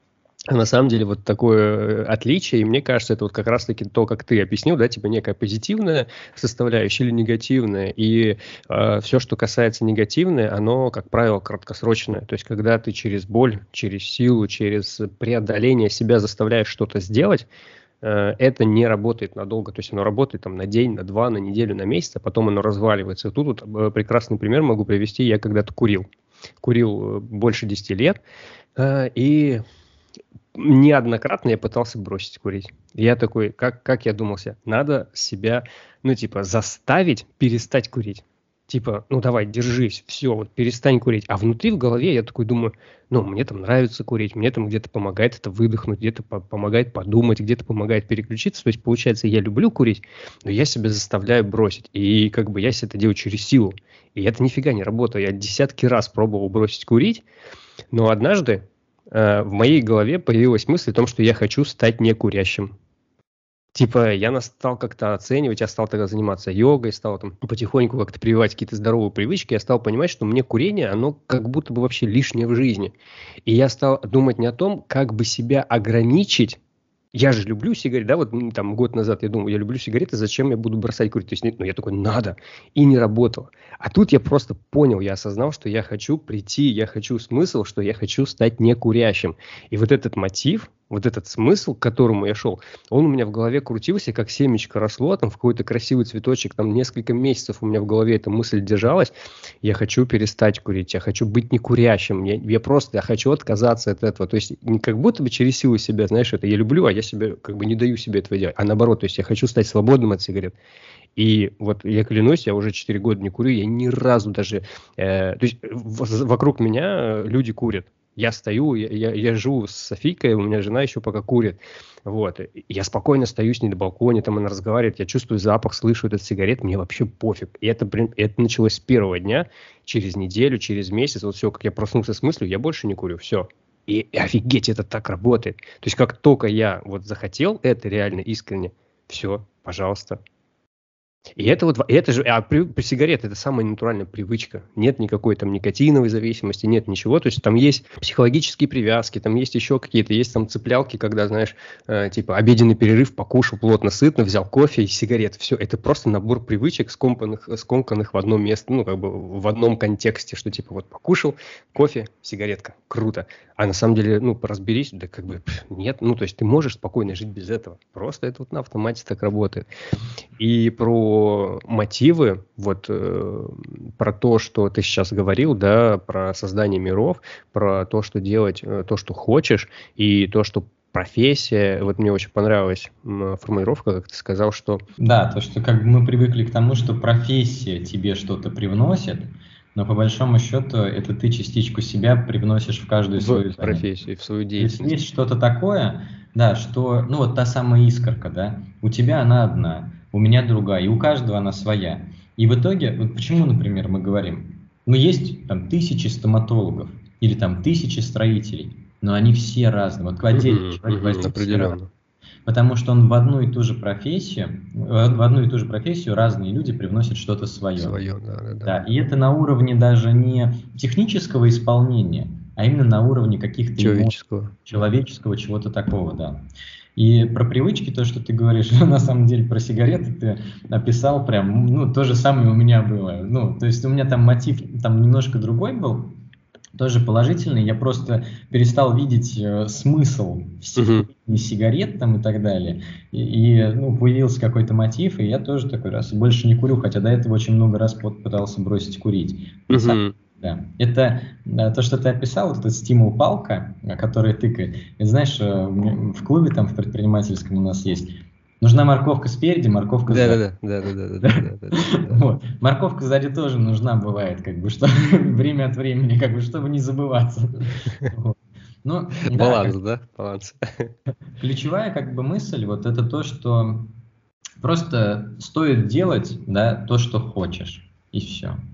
Speaker 2: А на самом деле вот такое отличие, и мне кажется, это вот как раз-таки то, как ты объяснил, да, типа некая позитивная составляющая или негативная, и э, все, что касается негативное, оно, как правило, краткосрочное, то есть когда ты через боль, через силу, через преодоление себя заставляешь что-то сделать, э, это не работает надолго, то есть оно работает там на день, на два, на неделю, на месяц, а потом оно разваливается. И тут вот э, прекрасный пример могу привести, я когда-то курил, курил больше десяти лет, э, и... неоднократно я пытался бросить курить. Я такой, как, как я думал себе, надо себя, ну, типа, заставить перестать курить. Типа, ну, давай, держись, все, вот перестань курить. А внутри в голове я такой думаю, ну, мне там нравится курить, мне там где-то помогает это выдохнуть, где-то по- помогает подумать, где-то помогает переключиться. То есть, получается, я люблю курить, но я себя заставляю бросить. И как бы я себе это делаю через силу. И это нифига не работает. Я десятки раз пробовал бросить курить, но однажды в моей голове появилась мысль о том, что я хочу стать некурящим. Типа, я стал как-то оценивать, я стал тогда заниматься йогой, стал там потихоньку как-то прививать какие-то здоровые привычки, я стал понимать, что мне курение, оно как будто бы вообще лишнее в жизни. И я стал думать не о том, как бы себя ограничить. Я же люблю сигареты, да, вот там год назад я думал, я люблю сигареты, зачем я буду бросать курить? То есть, ну, я такой, надо, и не работало. А тут я просто понял, я осознал, что я хочу прийти, я хочу смысл, что я хочу стать некурящим. И вот этот мотив, вот этот смысл, к которому я шел, он у меня в голове крутился, как семечко росло, там в какой-то красивый цветочек, там несколько месяцев у меня в голове эта мысль держалась. Я хочу перестать курить, я хочу быть некурящим, я, я просто, я хочу отказаться от этого. То есть не как будто бы через силу себя, знаешь, это я люблю, а я себе как бы не даю себе этого делать, а наоборот, то есть я хочу стать свободным от сигарет. И вот я клянусь, я уже четыре года не курю, я ни разу даже... Э, то есть в, вокруг меня люди курят. Я стою, я, я, я живу с Софийкой, у меня жена еще пока курит. Вот. Я спокойно стою с ней на балконе, там она разговаривает, я чувствую запах, слышу этот сигарет, мне вообще пофиг. И это, это началось с первого дня, через неделю, через месяц, вот все, как я проснулся с мыслью, я больше не курю, все. И, и офигеть, это так работает. То есть как только я вот захотел это реально искренне, все, пожалуйста. И это вот, это же, а при, при сигарете это самая натуральная привычка. Нет никакой там никотиновой зависимости, нет ничего. То есть там есть психологические привязки, там есть еще какие-то, есть там цеплялки, когда, знаешь, э, типа обеденный перерыв, покушал плотно, сытно, взял кофе и сигарет. Все, это просто набор привычек, скомканных, скомканных в одном месте, ну, как бы в одном контексте, что типа вот покушал, кофе, сигаретка, круто. А на самом деле, ну, разберись, да как бы нет, ну, то есть ты можешь спокойно жить без этого. Просто это вот на автомате так работает. И про мотивы, вот э, про то, что ты сейчас говорил, да, про создание миров, про то, что делать, э, то, что хочешь, и то, что профессия, вот мне очень понравилась м, формулировка, как ты сказал, что...
Speaker 1: Да, то, что как бы мы привыкли к тому, что профессия тебе что-то привносит, но по большому счету это ты частичку себя привносишь в каждую
Speaker 2: в
Speaker 1: свою
Speaker 2: профессию, в свою
Speaker 1: деятельность.
Speaker 2: деятельность.
Speaker 1: Есть что-то такое, да, что, ну вот та самая искорка, да, у тебя она одна, у меня другая, и у каждого она своя. И в итоге, вот почему, например, мы говорим, ну есть там тысячи стоматологов или там тысячи строителей, но они все разные. Вот отдельный человек возьмет, все разные. Потому что он в одну и ту же профессию, в одну и ту же профессию разные люди привносят что-то свое.
Speaker 2: Свое, да, да, да.
Speaker 1: Да, и это на уровне даже не технического исполнения, а именно на уровне каких-то
Speaker 2: человеческого,
Speaker 1: эмоций, человеческого чего-то такого, да. И про привычки, то, что ты говоришь, на самом деле про сигареты ты описал прям, ну, то же самое у меня было. Ну, то есть у меня там мотив там немножко другой был, тоже положительный. Я просто перестал видеть э, смысл в uh-huh. сигарет там и так далее. И, и ну, появился какой-то мотив, и я тоже такой раз больше не курю, хотя до этого очень много раз пытался бросить курить.
Speaker 2: Uh-huh.
Speaker 1: Да. Это то, что ты описал, вот этот стимул-палка, которая тыкает. Это, знаешь, в клубе там в предпринимательском у нас есть. Нужна морковка спереди, морковка сзади.
Speaker 2: Да, да, да, да, да.
Speaker 1: Вот. Морковка сзади тоже нужна бывает, как бы, что время от времени, как бы, чтобы не забываться. Вот. Ну,
Speaker 2: баланс,
Speaker 1: да,
Speaker 2: да, баланс.
Speaker 1: Ключевая, как бы, мысль, вот это то, что просто стоит делать, да, то, что хочешь, и все.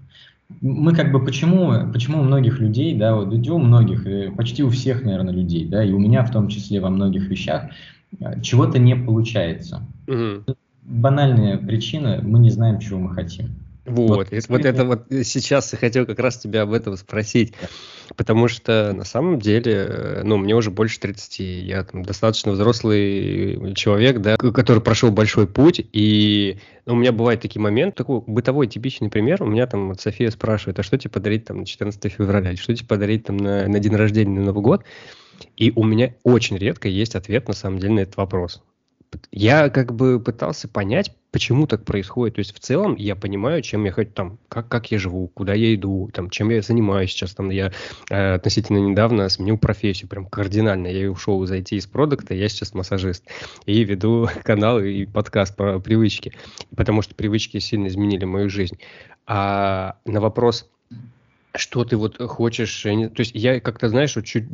Speaker 1: мы как бы почему, почему у многих людей, да, вот у многих, э, почти у всех, наверное, людей, да, и у меня в том числе во многих вещах, э, чего-то не получается.
Speaker 2: Мгм.
Speaker 1: Банальная причина, мы не знаем, чего мы хотим.
Speaker 2: Вот, это, вот это вот сейчас я хотел как раз тебя об этом спросить, потому что на самом деле, э, ну, мне уже больше тридцати, я там достаточно взрослый человек, да, к- который прошел большой путь, и ну, у меня бывают такие моменты, такой бытовой типичный пример, у меня там вот София спрашивает, а что тебе подарить там на четырнадцатое февраля, или что тебе подарить там на, на день рождения, на Новый год, и у меня очень редко есть ответ на самом деле на этот вопрос. Я как бы пытался понять, почему так происходит. То есть в целом я понимаю, чем я хочу, там, как, как я живу, куда я иду, там, чем я занимаюсь сейчас. Там, я э, относительно недавно сменил профессию, прям кардинально. Я ушел из ай ти, из продукта, я сейчас массажист. И веду канал и подкаст про привычки. Потому что привычки сильно изменили мою жизнь. А на вопрос... Что ты вот хочешь, я не- то есть я как-то, знаешь, вот чуть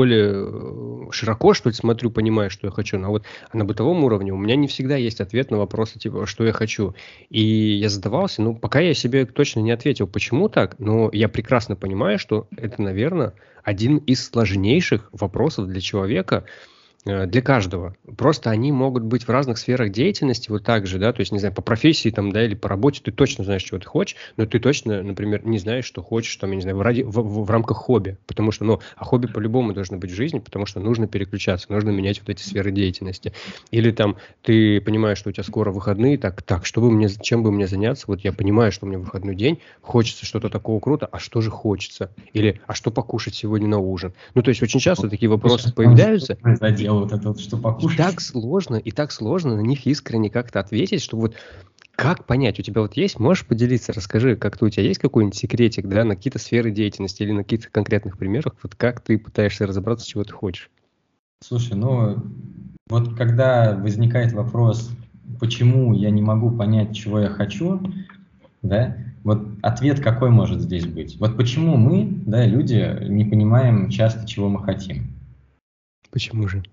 Speaker 2: более э, широко, что ли, смотрю, понимаю, что я хочу, но вот на бытовом уровне у меня не всегда есть ответ на вопросы, типа, что я хочу. И я задавался, ну, пока я себе точно не ответил, почему так, но я прекрасно понимаю, что это, наверное, один из сложнейших вопросов для человека, э, для каждого. Просто они могут быть в разных сферах деятельности, вот так же, да, то есть, не знаю, по профессии там, да, или по работе ты точно знаешь, чего ты хочешь, но ты точно, например, не знаешь, что хочешь, там, я не знаю, в, ради, в, в- в рамках хобби, потому что, ну, а хобби по-любому должно быть в жизни, потому что нужно переключаться, нужно менять вот эти сферы деятельности. Или там ты понимаешь, что у тебя скоро выходные, так, так, что бы мне, чем бы мне заняться, вот я понимаю, что у меня выходной день, хочется что-то такого круто, а что же хочется? Или, а что покушать сегодня на ужин? Ну, то есть очень часто такие вопросы появляются, и,
Speaker 1: Задел вот это вот, что
Speaker 2: и
Speaker 1: покушать.
Speaker 2: так сложно, и так сложно на них искренне как-то ответить, что вот как понять, у тебя вот есть, можешь поделиться, расскажи, как-то у тебя есть какой-нибудь секретик, да, на какие-то сферы деятельности или на каких-то конкретных примерах, вот как ты пытаешься разобраться, чего ты хочешь?
Speaker 1: Слушай, ну вот когда возникает вопрос, почему я не могу понять, чего я хочу, да, вот ответ какой может здесь быть? Вот почему мы, да, люди, не понимаем часто, чего мы хотим?
Speaker 2: Почему же?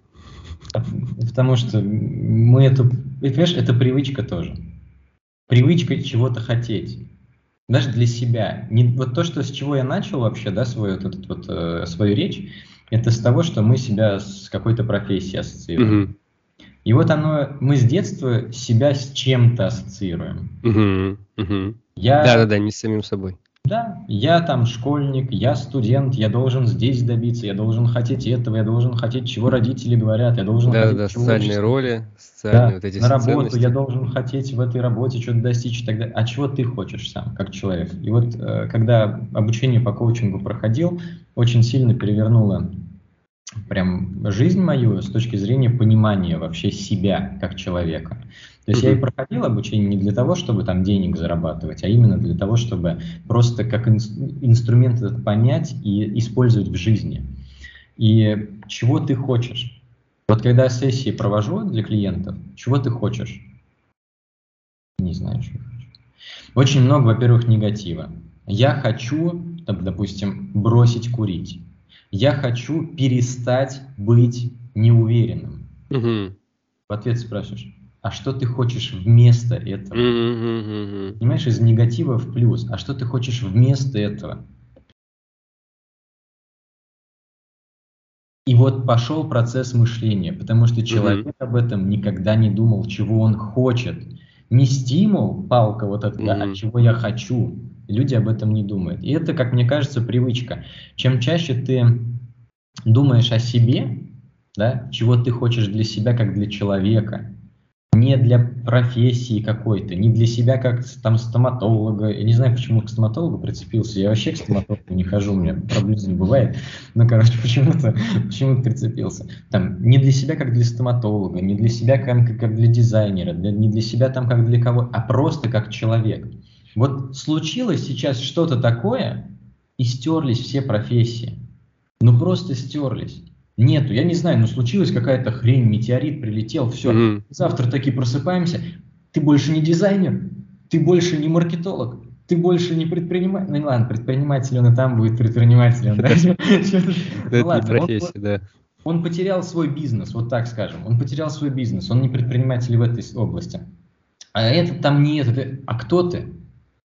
Speaker 1: Потому что мы эту, понимаешь, это привычка тоже. Привычка чего-то хотеть. Даже для себя. Не, вот то, что, с чего я начал вообще, да, свою, вот, этот вот, э, свою речь, это с того, что мы себя с какой-то профессией ассоциируем.
Speaker 2: Угу.
Speaker 1: И вот оно, мы с детства себя с чем-то ассоциируем.
Speaker 2: Угу. Угу.
Speaker 1: Я,
Speaker 2: Да-да-да, не с самим собой.
Speaker 1: да, я там школьник, я студент, я должен здесь добиться, я должен хотеть этого, я должен хотеть, чего родители говорят, я должен хотеть,
Speaker 2: Да-да-да,
Speaker 1: чего
Speaker 2: социальные
Speaker 1: общество.
Speaker 2: роли, социальные
Speaker 1: Да,
Speaker 2: вот эти
Speaker 1: на
Speaker 2: все
Speaker 1: работу я
Speaker 2: ценности.
Speaker 1: должен хотеть в этой работе что-то достичь и так далее. А чего ты хочешь сам, как человек? И вот э, когда обучение по коучингу проходил, очень сильно перевернуло прям жизнь мою с точки зрения понимания вообще себя как человека. То есть я и
Speaker 2: Угу.
Speaker 1: проходил обучение не для того, чтобы там денег зарабатывать, а именно для того, чтобы просто как ин- инструмент этот понять и использовать в жизни. И чего ты хочешь? Вот когда сессии провожу для клиентов, чего ты хочешь? Не знаю, чего я хочу. Очень много, во-первых, негатива. Я хочу, там, допустим, бросить курить. Я хочу перестать быть неуверенным.
Speaker 2: Угу.
Speaker 1: В ответ спрашиваешь, а что ты хочешь вместо этого?
Speaker 2: Угу.
Speaker 1: Понимаешь, из негатива в плюс. А что ты хочешь вместо этого? И вот пошел процесс мышления, потому что
Speaker 2: Угу.
Speaker 1: человек об этом никогда не думал, чего он хочет. Не стимул, палка вот эта, да, а
Speaker 2: Угу.
Speaker 1: чего я хочу. Люди об этом не думают. И это, как мне кажется, привычка. Чем чаще ты думаешь о себе, да, чего ты хочешь для себя, как для человека, не для профессии какой-то, не для себя как там стоматолога. Я не знаю, почему к стоматологу прицепился. Я вообще к стоматологу не хожу, у меня проблем не бывает. Но, короче, почему-то почему прицепился. Там, не для себя как для стоматолога, не для себя как, как для дизайнера, для, не для себя там как для кого, а просто как человек. Вот случилось сейчас что-то такое, и стерлись все профессии. Ну просто стерлись. Нету, я не знаю, ну случилась какая-то хрень, метеорит прилетел, все.
Speaker 2: Угу.
Speaker 1: Завтра таки просыпаемся, ты больше не дизайнер, ты больше не маркетолог, ты больше не предприниматель. Ну ладно, предприниматель он и там будет предпринимателем, да? Ну
Speaker 2: Это не
Speaker 1: ладно, он,
Speaker 2: профессия, да.
Speaker 1: он потерял свой бизнес, вот так скажем. Он потерял свой бизнес, он не предприниматель в этой области. А этот там не этот. А кто ты?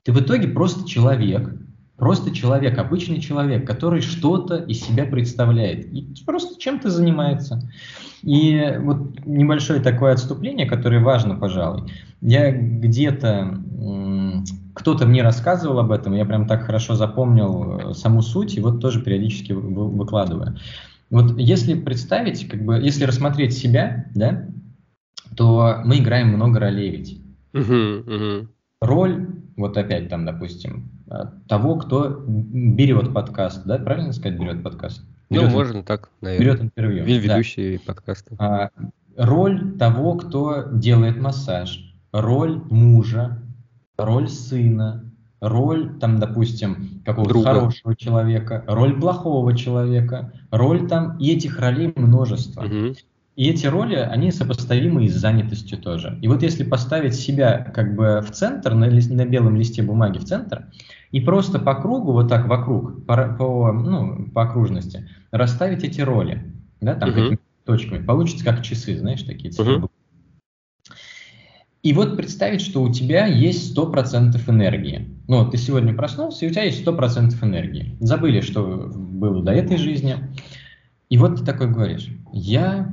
Speaker 1: Ты в итоге просто человек, просто человек, обычный человек, который что-то из себя представляет и просто чем-то занимается. И вот небольшое такое отступление, которое важно, пожалуй. Я где-то, кто-то мне рассказывал об этом, я прям так хорошо запомнил саму суть, и вот тоже периодически выкладываю. Вот если представить, как бы, если рассмотреть себя, да, то мы играем много ролей ведь.
Speaker 2: Uh-huh, uh-huh.
Speaker 1: Роль, вот опять там, допустим, того, кто берет подкаст, да, правильно сказать, берет подкаст? Берет,
Speaker 2: ну, можно так, наверное.
Speaker 1: Берет интервью.
Speaker 2: Ведущий
Speaker 1: да.
Speaker 2: подкаста.
Speaker 1: А, роль того, кто делает массаж, роль мужа, роль сына, роль, там, допустим, какого-то
Speaker 2: Друга.
Speaker 1: хорошего человека, роль плохого человека, роль там, и этих ролей множество.
Speaker 2: Uh-huh.
Speaker 1: И эти роли, они сопоставимы и с занятостью тоже. И вот если поставить себя как бы в центр, на, ли, на белом листе бумаги в центр, и просто по кругу, вот так вокруг, по, по, ну, по окружности, расставить эти роли, да, там uh-huh. какими-то точками, получится как часы, знаешь, такие циферблаты. Uh-huh. И вот представить, что у тебя есть сто процентов энергии. Ну, вот ты сегодня проснулся, и у тебя есть сто процентов энергии. Забыли, что было до этой жизни. И вот ты такой говоришь, я...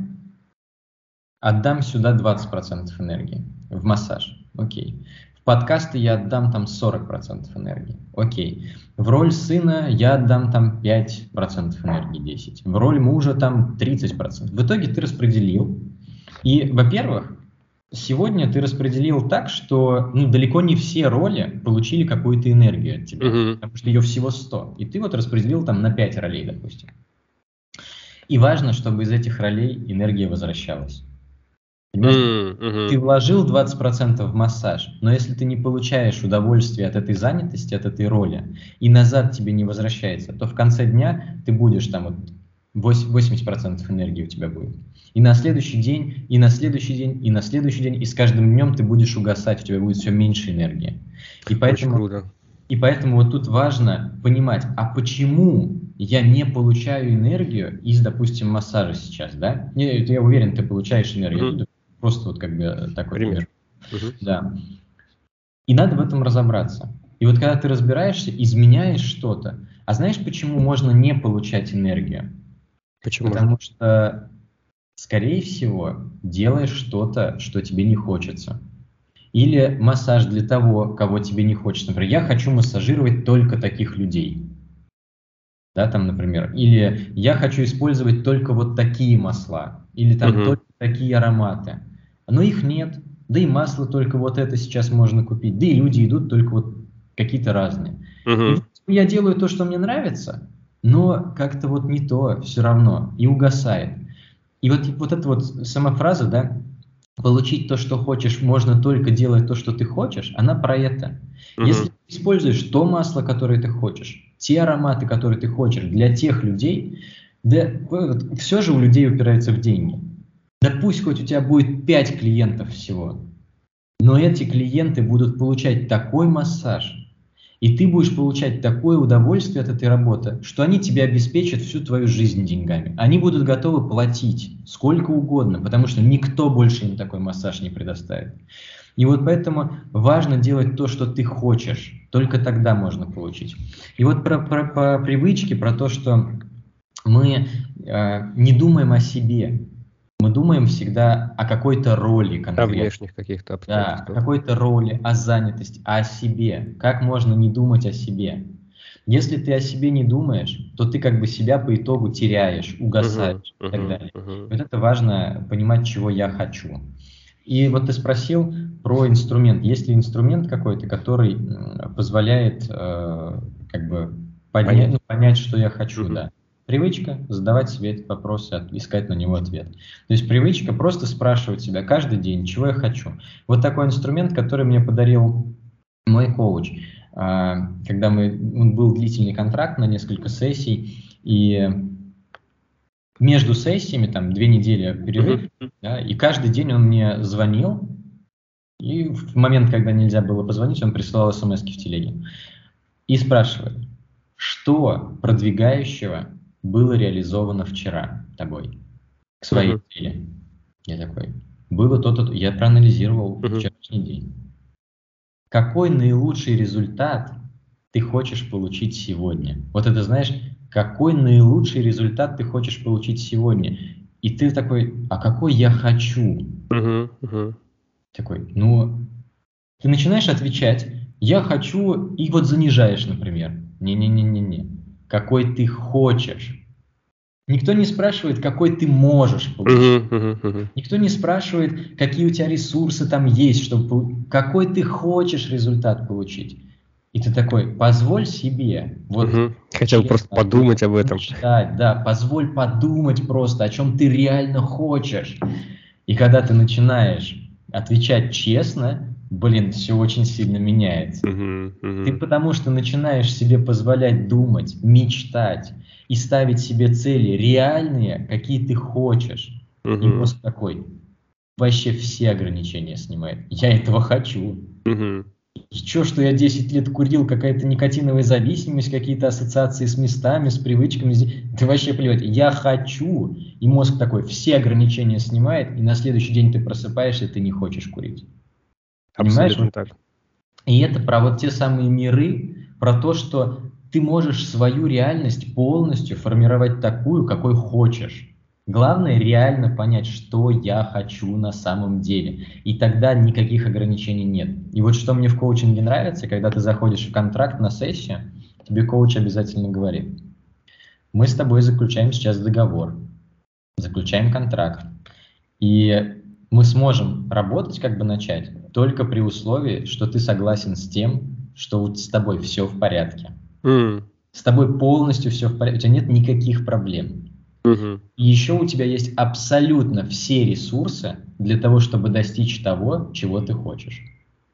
Speaker 1: отдам сюда двадцать процентов энергии в массаж. Окей. В подкасты я отдам там сорок процентов энергии. Окей. В роль сына я отдам там пять процентов энергии, десять процентов. В роль мужа там тридцать процентов. В итоге ты распределил. И, во-первых, сегодня ты распределил так, что ну, далеко не все роли получили какую-то энергию от тебя. Uh-huh. Потому что ее всего сто. И ты вот распределил там на пять ролей, допустим. И важно, чтобы из этих ролей энергия возвращалась. Mm, uh-huh. Ты вложил двадцать процентов в массаж, но если ты не получаешь удовольствия от этой занятости, от этой роли, и назад тебе не возвращается, то в конце дня ты будешь там вот восемьдесят процентов энергии у тебя будет. И на следующий день, и на следующий день, и на следующий день, и с каждым днем ты будешь угасать, у тебя будет все меньше энергии. И поэтому,
Speaker 2: очень круто.
Speaker 1: И поэтому вот тут важно понимать, а почему я не получаю энергию из, допустим, массажа сейчас, да? Я, я уверен, ты получаешь энергию. Mm-hmm. Просто вот как бы такой пример. Uh-huh. Да. И надо в этом разобраться. И вот когда ты разбираешься, изменяешь что-то. А знаешь, почему можно не получать энергию?
Speaker 2: Почему?
Speaker 1: Потому что, скорее всего, делаешь что-то, что тебе не хочется. Или массаж для того, кого тебе не хочется. Например, я хочу массажировать только таких людей. Да, там, например. Или я хочу использовать только вот такие масла. Или там uh-huh. только такие ароматы. Но их нет, да и масло только вот это сейчас можно купить, да и люди идут только вот какие-то разные. Uh-huh. И я делаю то, что мне нравится, но как-то вот не то все равно, и угасает. И вот, вот эта вот сама фраза, да, получить то, что хочешь, можно только делать то, что ты хочешь, она про это. Uh-huh. Если ты используешь то масло, которое ты хочешь, те ароматы, которые ты хочешь для тех людей, да, все же у людей упирается в деньги. Да пусть хоть у тебя будет пять клиентов всего, но эти клиенты будут получать такой массаж, и ты будешь получать такое удовольствие от этой работы, что они тебе обеспечат всю твою жизнь деньгами. Они будут готовы платить сколько угодно, потому что никто больше им такой массаж не предоставит. И вот поэтому важно делать то, что ты хочешь, только тогда можно получить. И вот про, про, про привычки, про то, что мы э, не думаем о себе. Мы думаем всегда о какой-то роли конкретной.
Speaker 2: О внешних каких-то
Speaker 1: обстоятельствах. Да, о какой-то роли, о занятости, о себе. Как можно не думать о себе? Если ты о себе не думаешь, то ты как бы себя по итогу теряешь, угасаешь uh-huh, и так uh-huh, далее. Uh-huh. Вот это важно понимать, чего я хочу. И вот ты спросил про инструмент. Есть ли инструмент какой-то, который позволяет э, как бы поднять, понять. Ну, понять, что я хочу, uh-huh. да. Привычка задавать себе этот вопрос и искать на него ответ. То есть привычка просто спрашивать себя каждый день, чего я хочу. Вот такой инструмент, который мне подарил мой коуч. Когда мы, был длительный контракт на несколько сессий, и между сессиями, там, две недели перерыв, mm-hmm. да, и каждый день он мне звонил, и в момент, когда нельзя было позвонить, он присылал смс-ки в телеге. И спрашивает, что продвигающего было реализовано вчера тобой к своей uh-huh. цели. Я такой, было то-то, я проанализировал uh-huh. вчерашний день. какой наилучший результат ты хочешь получить сегодня? Вот это, знаешь, какой наилучший результат ты хочешь получить сегодня? И ты такой, а какой я хочу?
Speaker 2: Мгм, мгм.
Speaker 1: Такой, ну, ты начинаешь отвечать, я хочу, и вот занижаешь, например. Не-не-не-не-не. Какой ты хочешь. Никто не спрашивает, какой ты можешь получить.
Speaker 2: Мгм, мгм, мгм.
Speaker 1: Никто не спрашивает, какие у тебя ресурсы там есть, чтобы пол- какой ты хочешь результат получить. И ты такой, позволь себе, вот
Speaker 2: Мгм. Хотя бы просто
Speaker 1: честно,
Speaker 2: подумать об этом.
Speaker 1: мечтать, да, позволь подумать просто, о чем ты реально хочешь. И когда ты начинаешь отвечать честно, блин, все очень сильно меняется.
Speaker 2: Мгм,
Speaker 1: Ты
Speaker 2: мгм,
Speaker 1: потому что начинаешь себе позволять думать, мечтать и ставить себе цели реальные, какие ты хочешь. И
Speaker 2: мгм,
Speaker 1: мозг такой вообще все ограничения снимает. Я этого хочу.
Speaker 2: мгм.
Speaker 1: И чё, что я десять лет курил, какая-то никотиновая зависимость, какие-то ассоциации с местами, с привычками. Ты вообще плевать. Я хочу. И мозг такой все ограничения снимает, и на следующий день ты просыпаешься, и ты не хочешь курить. Понимаешь?
Speaker 2: Абсолютно так.
Speaker 1: И это про вот те самые миры, про то, что ты можешь свою реальность полностью формировать такую, какой хочешь. Главное реально понять, что я хочу на самом деле. И тогда никаких ограничений нет. И вот что мне в коучинге нравится, когда ты заходишь в контракт на сессию, тебе коуч обязательно говорит, мы с тобой заключаем сейчас договор, заключаем контракт. И мы сможем работать, как бы начать, только при условии, что ты согласен с тем, что вот с тобой все в порядке.
Speaker 2: М,
Speaker 1: С тобой полностью все в порядке, у тебя нет никаких проблем.
Speaker 2: мгм.
Speaker 1: И еще у тебя есть абсолютно все ресурсы для того, чтобы достичь того, чего ты хочешь.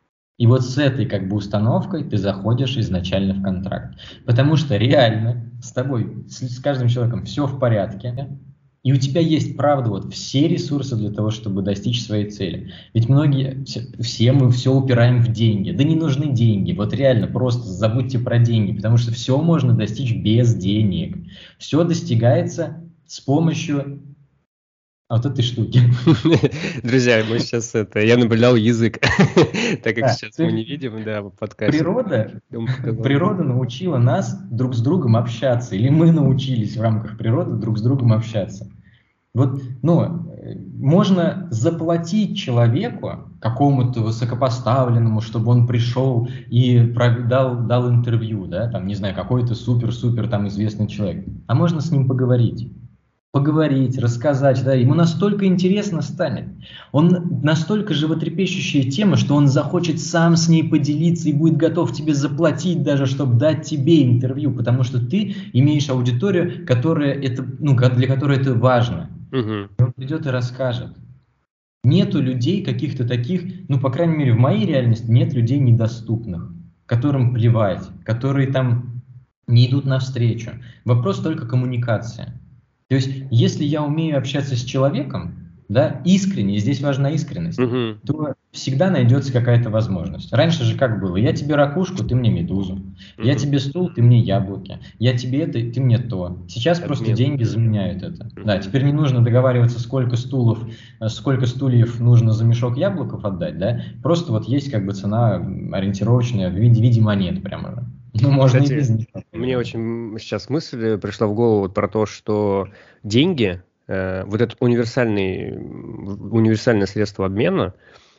Speaker 1: И вот с этой как бы установкой ты заходишь изначально в контракт. Потому что реально с тобой, с, с каждым человеком все в порядке. И у тебя есть, правда, вот все ресурсы для того, чтобы достичь своей цели. Ведь многие, все, все мы все упираем в деньги. Да не нужны деньги. Вот реально, просто забудьте про деньги. Потому что все можно достичь без денег. Все достигается с помощью вот этой штуки.
Speaker 2: Друзья, мы сейчас это, я наблюдал язык, так как
Speaker 1: Да,
Speaker 2: сейчас
Speaker 1: то
Speaker 2: мы
Speaker 1: есть
Speaker 2: не видим, да, в подкасте.
Speaker 1: природа,
Speaker 2: Он показал.
Speaker 1: природа научила нас друг с другом общаться, или мы научились в рамках природы друг с другом общаться. Вот, ну, э, можно заплатить человеку, какому-то высокопоставленному, чтобы он пришел и про- дал, дал интервью, да, там, не знаю, какой-то супер-супер там известный человек. А можно с ним поговорить. Поговорить, рассказать, да, ему настолько интересно станет. Он настолько животрепещущая тема, что он захочет сам с ней поделиться и будет готов тебе заплатить даже, чтобы дать тебе интервью, потому что ты имеешь аудиторию, которая это, ну, для которой это важно.
Speaker 2: Мгм.
Speaker 1: Он придет и расскажет. Нету людей каких-то таких, ну, по крайней мере, в моей реальности нет людей недоступных, которым плевать, которые там не идут навстречу. Вопрос только коммуникации. То есть, если я умею общаться с человеком, да, искренне, и здесь важна искренность,
Speaker 2: Мгм.
Speaker 1: то всегда найдется какая-то возможность. Раньше же как было? Я тебе ракушку, ты мне медузу. Я
Speaker 2: Мгм.
Speaker 1: тебе стул, ты мне яблоки. Я тебе это, ты мне то. Сейчас просто
Speaker 2: Обмен.
Speaker 1: деньги заменяют это. Да,
Speaker 2: Мгм.
Speaker 1: теперь не нужно договариваться, сколько стулов, э, сколько стульев нужно за мешок яблоков отдать, да? Просто вот есть как бы цена м, ориентировочная в виде, в виде монет прямо же. Ну, можно и без
Speaker 2: Кстати,
Speaker 1: них.
Speaker 2: мне очень сейчас мысль пришла в голову вот про то, что деньги, э, вот это универсальный, м, универсальное средство обмена,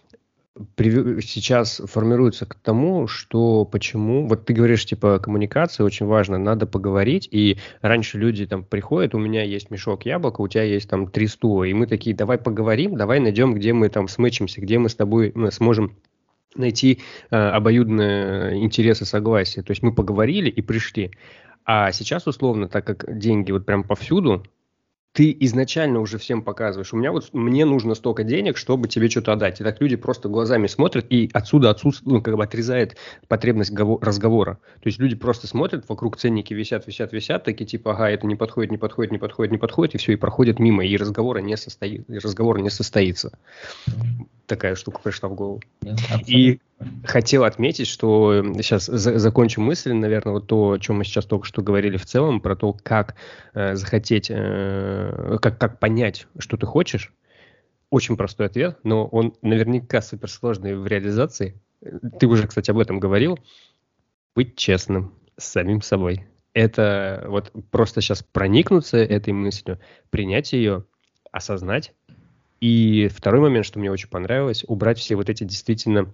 Speaker 2: приве- сейчас формируется к тому, что почему, вот ты говоришь, типа, коммуникация очень важна, надо поговорить, и раньше люди там приходят, у меня есть мешок яблок, у тебя есть там три стула, и мы такие, давай поговорим, давай найдем, где мы там смычимся, где мы с тобой ну, сможем найти э, обоюдные интересы, согласия. То есть мы поговорили и пришли. А сейчас, условно, так как деньги вот прям повсюду, ты изначально уже всем показываешь. У меня вот мне нужно столько денег, чтобы тебе что-то отдать. И так люди просто глазами смотрят, и отсюда отсутствует, ну, как бы отрезает потребность гово- разговора. То есть люди просто смотрят, вокруг ценники висят, висят, висят, такие типа, ага, это не подходит, не подходит, не подходит, не подходит, и все, и проходят мимо, и разговора не состоит, и разговор не состоится. Такая штука пришла в голову.
Speaker 1: Да, абсолютно.
Speaker 2: И хотел отметить, что сейчас за- закончу мысль, наверное, вот то, о чем мы сейчас только что говорили в целом, про то, как э, захотеть, э, как, как понять, что ты хочешь. Очень простой ответ, но он наверняка суперсложный в реализации. ты уже, кстати, об этом говорил, быть честным с самим собой. Это вот просто сейчас проникнуться этой мыслью, принять ее, осознать. И второй момент, что мне очень понравилось, убрать все вот эти действительно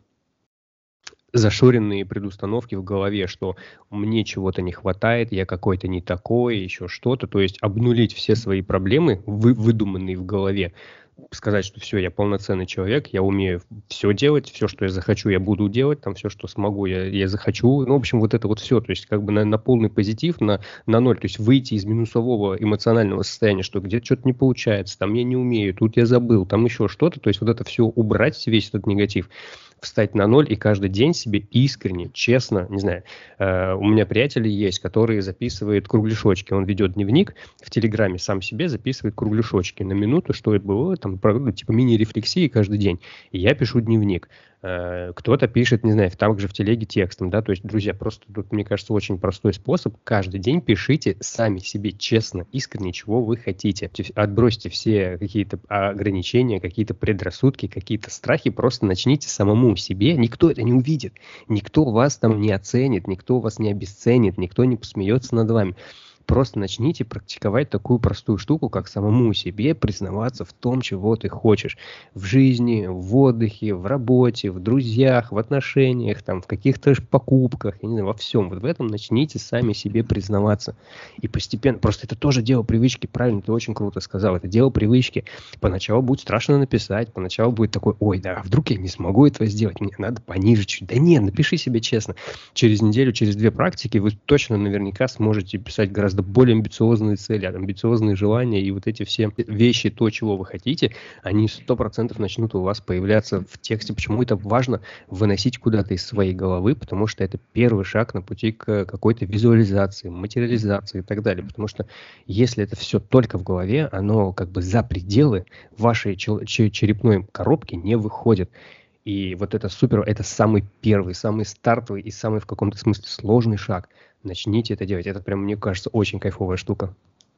Speaker 2: зашоренные предустановки в голове, что мне чего-то не хватает, я какой-то не такой, еще что-то. То есть обнулить все свои проблемы, вы, выдуманные в голове, сказать, что все, я полноценный человек, я умею все делать, все, что я захочу, я буду делать, там все, что смогу, я, я захочу. Ну, в общем, вот это вот все, то есть как бы на, на полный позитив, на, на ноль, то есть выйти из минусового эмоционального состояния, что где-то что-то не получается, там я не умею, тут я забыл, там еще что-то, то есть вот это все убрать, весь этот негатив, встать на ноль и каждый день себе искренне, честно, не знаю, э, у меня приятели есть, которые записывают кругляшочки, он ведет дневник в Телеграме, сам себе записывает кругляшочки на минуту, что это было, там, ну, типа мини-рефлексии каждый день, и я пишу дневник. Э, кто-то пишет, не знаю, там же в телеге текстом, да, то есть, друзья, просто тут, мне кажется, очень простой способ, каждый день пишите сами себе честно, искренне, чего вы хотите, отбросьте все какие-то ограничения, какие-то предрассудки, какие-то страхи, просто начните самому себе, никто это не увидит, никто вас там не оценит, никто вас не обесценит, никто не посмеется над вами. Просто начните практиковать такую простую штуку, как самому себе признаваться в том, чего ты хочешь. В жизни, в отдыхе, в работе, в друзьях, в отношениях, там, в каких-то покупках, я не знаю, во всем. Вот в этом начните сами себе признаваться. И постепенно, просто это тоже дело привычки, правильно, ты очень круто сказал, это дело привычки. Поначалу будет страшно написать, поначалу будет такой, ой, да, а вдруг я не смогу этого сделать, мне надо пониже чуть. Да нет, напиши себе честно. Через неделю, через две практики вы точно наверняка сможете писать гораздо более амбициозные цели, амбициозные желания, и вот эти все вещи, то, чего вы хотите, они сто процентов начнут у вас появляться в тексте. Почему это важно выносить куда-то из своей головы? Потому что это первый шаг на пути к какой-то визуализации, материализации и так далее. Потому что если это все только в голове, оно как бы за пределы вашей черепной коробки не выходит. И вот это супер, это самый первый, самый стартовый и самый в каком-то смысле сложный шаг. Начните это делать. Это прям, мне кажется, очень кайфовая штука.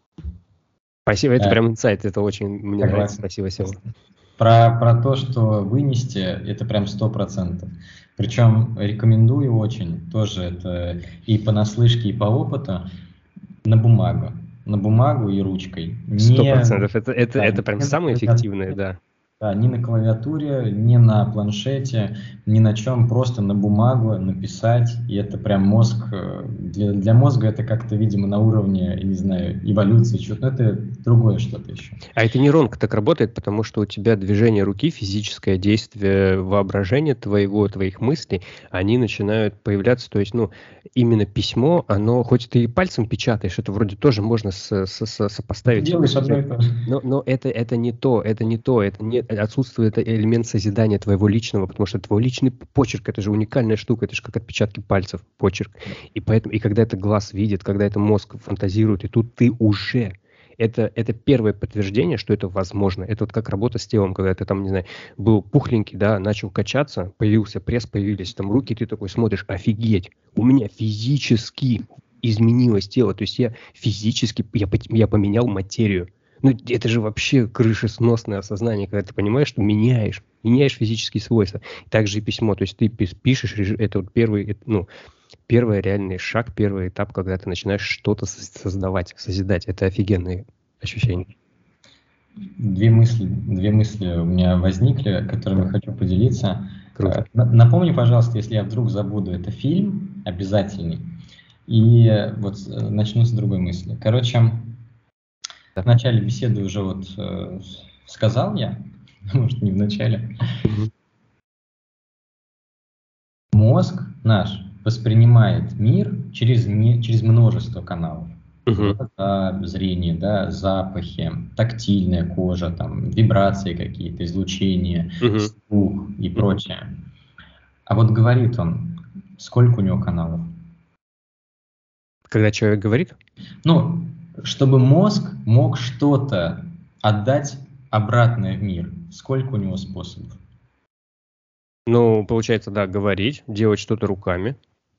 Speaker 2: Спасибо, это
Speaker 1: Да.
Speaker 2: прям инсайт, это очень мне
Speaker 1: Согласен.
Speaker 2: нравится. Спасибо, Сева.
Speaker 1: Про, про то, что вынести, это прям сто процентов. Причем рекомендую очень, тоже это и понаслышке, и по опыту, на бумагу. На бумагу и ручкой.
Speaker 2: Сто
Speaker 1: Не-
Speaker 2: процентов. Это, это,
Speaker 1: да,
Speaker 2: это прям
Speaker 1: не на
Speaker 2: самое
Speaker 1: клавиатуре.
Speaker 2: эффективное, да.
Speaker 1: Да, ни на клавиатуре, ни на планшете, ни на чем, просто на бумагу написать, и это прям мозг, э, для, для мозга это как-то, видимо, на уровне, я не знаю, эволюции, что-то, это другое что-то еще.
Speaker 2: А это нейронка так работает, потому что у тебя движение руки, физическое действие воображения твоего, твоих мыслей, они начинают появляться, то есть, ну, именно письмо, оно, хоть ты и пальцем печатаешь, это вроде тоже можно со- со- со- сопоставить.
Speaker 1: Ты делаешь одно и то же.
Speaker 2: Но, но это, это не то, это не то, это не, отсутствует элемент созидания твоего личного, потому что твой личный почерк, это же уникальная штука, это же как отпечатки пальцев, почерк. И поэтому, и когда это глаз видит, когда это мозг фантазирует, и тут ты уже, это, это первое подтверждение, что это возможно. Это вот как работа с телом, когда ты там, не знаю, был пухленький, да, начал качаться, появился пресс, появились там руки, ты такой смотришь, офигеть, у меня физически изменилось тело, то есть я физически, я, я поменял материю. Ну, это же вообще крышесносное осознание, когда ты понимаешь, что меняешь, меняешь физические свойства. Также и письмо, то есть ты пишешь, это вот первый, ну, первый реальный шаг, первый этап, когда ты начинаешь что-то создавать, созидать. Это офигенные ощущения.
Speaker 1: Две мысли, две мысли у меня возникли, которыми я хочу поделиться.
Speaker 2: Круто.
Speaker 1: Напомни, пожалуйста, если я вдруг забуду, это фильм обязательный. И вот начну с другой мысли. Короче, в начале беседы уже вот э, сказал я, может, не в начале.
Speaker 2: Mm-hmm.
Speaker 1: Мозг наш воспринимает мир через, не, через множество каналов.
Speaker 2: Mm-hmm.
Speaker 1: Глаза, зрение, да, запахи, тактильная кожа, там, вибрации какие-то, излучения,
Speaker 2: Mm-hmm.
Speaker 1: слух и прочее. А вот говорит он, сколько у него каналов?
Speaker 2: Когда человек говорит?
Speaker 1: Ну, чтобы мозг мог что-то отдать обратное в мир, сколько у него способов?
Speaker 2: Ну, получается, да, говорить, делать что-то руками.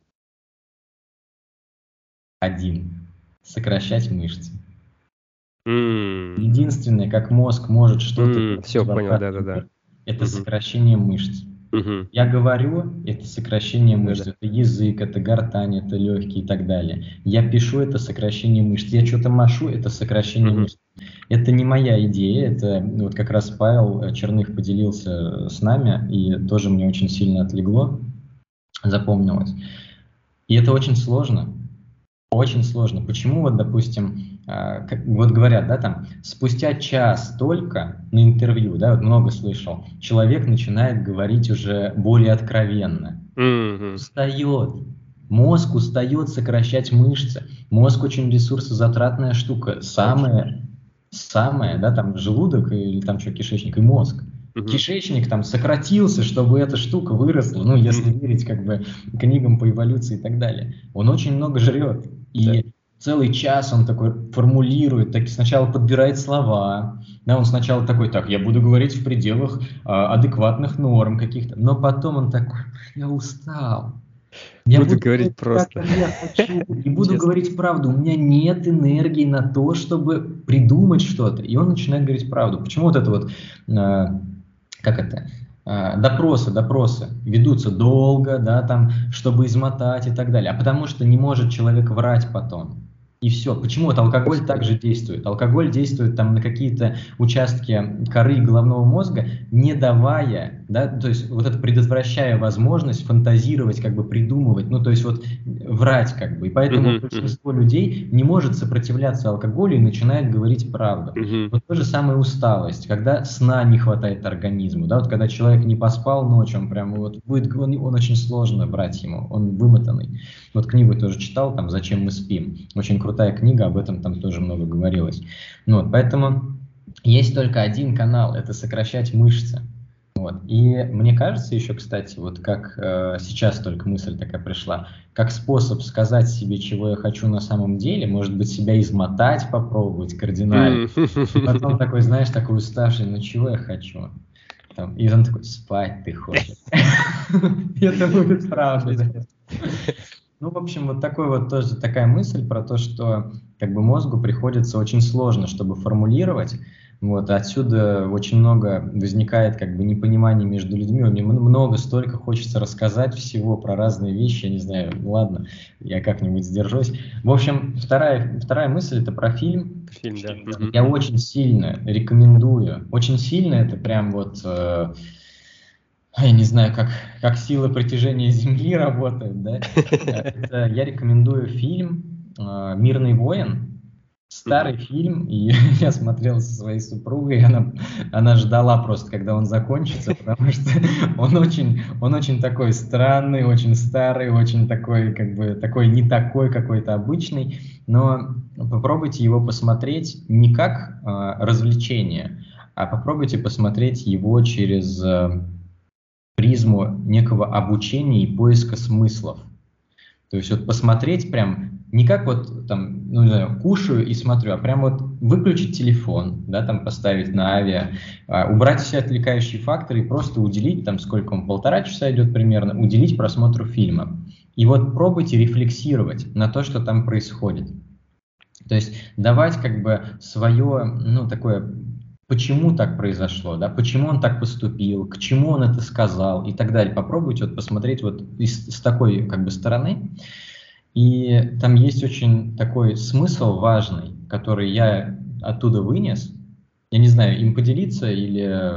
Speaker 1: Один. Сокращать мышцы.
Speaker 2: Mm.
Speaker 1: Единственное, как мозг может что-то...
Speaker 2: Mm. Все, понял, да-да-да.
Speaker 1: Это mm-hmm. сокращение мышц.
Speaker 2: Угу.
Speaker 1: Я говорю, это сокращение мышц,
Speaker 2: Да-да.
Speaker 1: это язык, это гортань, это легкие и так далее. Я пишу, это сокращение мышц. Я что-то машу, это сокращение
Speaker 2: Угу.
Speaker 1: мышц. Это не моя идея, это вот как раз Павел Черных поделился с нами, и тоже мне очень сильно отлегло, запомнилось. И это очень сложно, очень сложно. Почему вот, допустим, а, как, вот говорят, да, там, спустя час только на интервью, да, вот много слышал, человек начинает говорить уже более откровенно.
Speaker 2: Угу.
Speaker 1: Устает. Мозг устает сокращать мышцы. Мозг очень ресурсозатратная штука. Самое, самое, да, там желудок или там что, кишечник и мозг.
Speaker 2: Угу.
Speaker 1: Кишечник там сократился, чтобы эта штука выросла, ну, если верить как бы книгам по эволюции и так далее. Он очень много жрет. И
Speaker 2: Да.
Speaker 1: целый час он такой формулирует, так, сначала подбирает слова, да, он сначала такой, так, я буду говорить в пределах а, адекватных норм каких-то, но потом он такой, я устал. Я
Speaker 2: Буду
Speaker 1: буду
Speaker 2: говорить
Speaker 1: говорить так,
Speaker 2: просто.
Speaker 1: как я хочу, и буду
Speaker 2: Честно.
Speaker 1: говорить правду. У меня нет энергии на то, чтобы придумать что-то. И он начинает говорить правду. Почему вот это вот, э, как это, э, допросы, допросы ведутся долго, да, там, чтобы измотать и так далее. А потому что не может человек врать потом. И все. Почему вот алкоголь также действует? Алкоголь действует там на какие-то участки коры головного мозга, не давая, да, то есть вот это предотвращая возможность фантазировать, как бы придумывать, ну то есть вот врать как бы. И поэтому
Speaker 2: Мгм,
Speaker 1: большинство людей не может сопротивляться алкоголю и начинает говорить правду.
Speaker 2: мгм.
Speaker 1: Вот то же самое усталость, когда сна не хватает организму, да, вот когда человек не поспал ночью, он прям вот будет, он, он очень сложно брать ему, он вымотанный. Вот книгу тоже читал, там «Зачем мы спим», очень крутая книга, об этом там тоже много говорилось. Ну, вот, поэтому есть только один канал, это сокращать мышцы. Вот. И мне кажется еще, кстати, вот как э, сейчас только мысль такая пришла, как способ сказать себе, чего я хочу на самом деле, может быть, себя измотать, попробовать кардинально. И потом такой, знаешь, такой уставший, ну чего я хочу? Там, и он такой, спать ты хочешь. Это будет правда. Ну, в общем, вот такой вот тоже такая мысль про то, что как бы мозгу приходится очень сложно, чтобы формулировать. Вот, отсюда очень много возникает как бы непониманий между людьми. Мне много, столько хочется рассказать всего про разные вещи. Я не знаю, ладно, я как-нибудь сдержусь. В общем, вторая, вторая мысль – это про фильм.
Speaker 2: Фильм, да.
Speaker 1: Я очень сильно рекомендую. Очень сильно это прям вот… Э, я не знаю, как, как сила притяжения Земли работает, да? Это, я рекомендую фильм э, «Мирный воин». Старый mm-hmm. фильм, и я смотрел со своей супругой, она, она ждала просто, когда он закончится, потому что он очень, он очень такой странный, очень старый, очень такой, как бы, такой не такой какой-то обычный, но попробуйте его посмотреть не как э, развлечение, а попробуйте посмотреть его через э, призму некого обучения и поиска смыслов. То есть вот посмотреть прям не как вот там, ну не знаю, кушаю и смотрю, а прям вот выключить телефон, да, там поставить на авиа, а, убрать все отвлекающие факторы и просто уделить, там сколько он, полтора часа идет примерно, уделить просмотру фильма. И вот пробуйте рефлексировать на то, что там происходит. То есть давать как бы свое, ну такое, почему так произошло, да, почему он так поступил, к чему он это сказал и так далее. Попробуйте вот посмотреть вот из, с такой как бы стороны. И там есть очень такой смысл важный, который я оттуда вынес. Я не знаю, им поделиться или,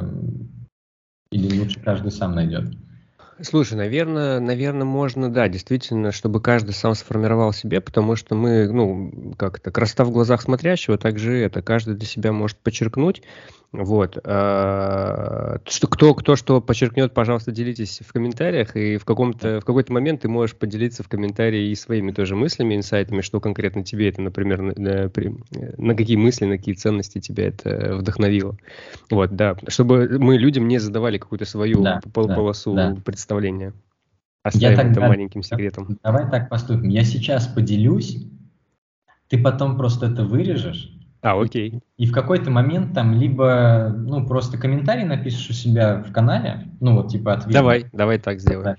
Speaker 1: или лучше каждый сам найдет.
Speaker 2: Слушай, наверное, наверное, можно, да, действительно, чтобы каждый сам сформировал себе, потому что мы, ну, как-то красота в глазах смотрящего, также это каждый для себя может подчеркнуть. Вот. А, что, кто, кто что подчеркнет, пожалуйста, делитесь в комментариях, и в, каком-то, в какой-то момент ты можешь поделиться в комментарии и своими тоже мыслями, инсайтами, что конкретно тебе это, например, на, на, на какие мысли, на какие ценности тебя это вдохновило. Вот, да, чтобы мы людям не задавали какую-то свою
Speaker 1: да,
Speaker 2: пол-
Speaker 1: да,
Speaker 2: полосу
Speaker 1: да.
Speaker 2: представления. Оставим
Speaker 1: Я
Speaker 2: это
Speaker 1: тогда,
Speaker 2: маленьким секретом.
Speaker 1: Давай так поступим. Я сейчас поделюсь, ты потом просто это вырежешь.
Speaker 2: А, окей.
Speaker 1: И, и в какой-то момент там либо, ну, просто комментарий напишешь у себя в канале, ну, вот типа ответ.
Speaker 2: Давай, давай так сделаем.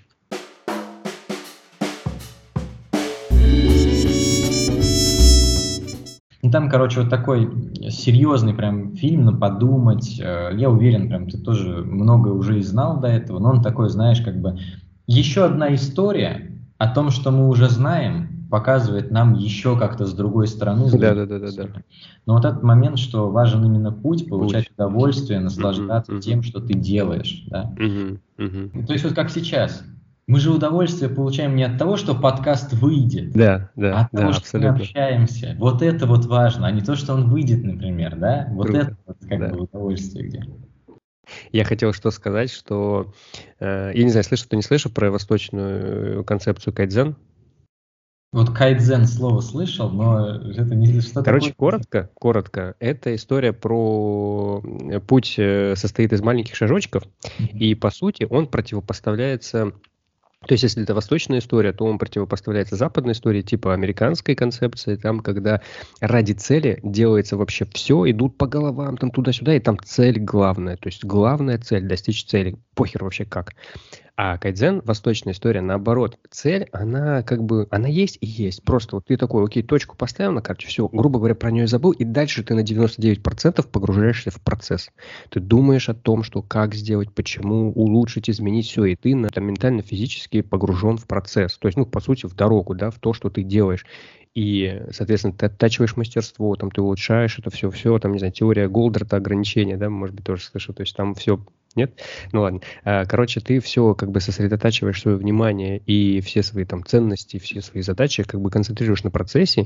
Speaker 1: Ну, там, короче, вот такой серьезный прям фильм на подумать. Э, Я уверен, прям ты тоже много уже и знал до этого, но он такой, знаешь, как бы еще одна история о том, что мы уже знаем, показывает нам еще как-то с другой стороны, с другой
Speaker 2: Да-да-да-да-да.
Speaker 1: стороны. Но вот этот момент, что важен именно путь, получать
Speaker 2: Путь.
Speaker 1: удовольствие,
Speaker 2: Мгм,
Speaker 1: наслаждаться
Speaker 2: мгм.
Speaker 1: тем, что ты делаешь, да.
Speaker 2: Мгм, мгм.
Speaker 1: То есть вот как сейчас. Мы же удовольствие получаем не от того, что подкаст выйдет,
Speaker 2: Да,
Speaker 1: а
Speaker 2: да,
Speaker 1: от того,
Speaker 2: да,
Speaker 1: что мы
Speaker 2: абсолютно.
Speaker 1: общаемся. Вот это вот важно, а не то, что он выйдет, например, да? Вот это
Speaker 2: Круто.
Speaker 1: вот как
Speaker 2: Да.
Speaker 1: бы удовольствие где.
Speaker 2: Я хотел что сказать, что э, я не знаю, слышал ты не слышал про восточную э, концепцию кайдзен?
Speaker 1: Вот кайдзен слово слышал, но это не что такое?
Speaker 2: Короче, коротко, коротко, это история про э, путь э, состоит из маленьких шажочков, и по сути он противопоставляется. То есть, если это восточная история, то он противопоставляется западной истории, типа американской концепции, там, когда ради цели делается вообще все, идут по головам, там туда-сюда, и там цель главная. То есть, главная цель — достичь цели. Похер вообще как. А кайдзен, восточная история, наоборот. Цель, она как бы, она есть и есть. Просто вот ты такой, окей, точку поставил на карте, все, грубо говоря, про нее забыл, и дальше ты на девяносто девять процентов погружаешься в процесс. Ты думаешь о том, что как сделать, почему, улучшить, изменить все, и ты на, там, ментально-физически погружен в процесс. То есть, ну, по сути, в дорогу, да, в то, что ты делаешь. И, соответственно, ты оттачиваешь мастерство, там, ты улучшаешь это все-все, там, не знаю, теория Голдрата, ограничения, да, может быть, тоже слышал. То есть там все, нет? Ну ладно. А, Короче, ты все как бы сосредотачиваешь свое внимание и все свои там ценности, все свои задачи как бы концентрируешь на процессе.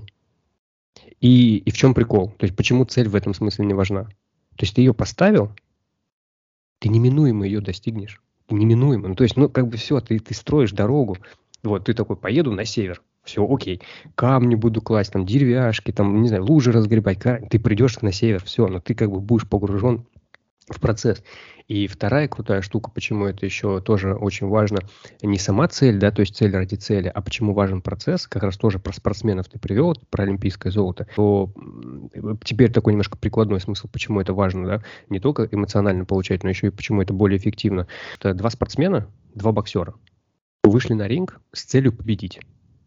Speaker 2: И, и в чем прикол? То есть почему цель в этом смысле не важна? То есть ты ее поставил, ты неминуемо ее достигнешь. Неминуемо. Ну, то есть, ну, как бы все, ты, ты строишь дорогу. Вот, ты такой, поеду на север. Все, окей. Камни буду класть, там, деревяшки, там, не знаю, лужи разгребать. Ты придешь на север, все, но ты как бы будешь погружен в процесс. И вторая крутая штука, почему это еще тоже очень важно, не сама цель, да, то есть цель ради цели, а почему важен процесс, как раз тоже про спортсменов ты привел, про олимпийское золото, то теперь такой немножко прикладной смысл, почему это важно, да, не только эмоционально получать, но еще и почему это более эффективно. Это два спортсмена, два боксера вышли на ринг с целью победить.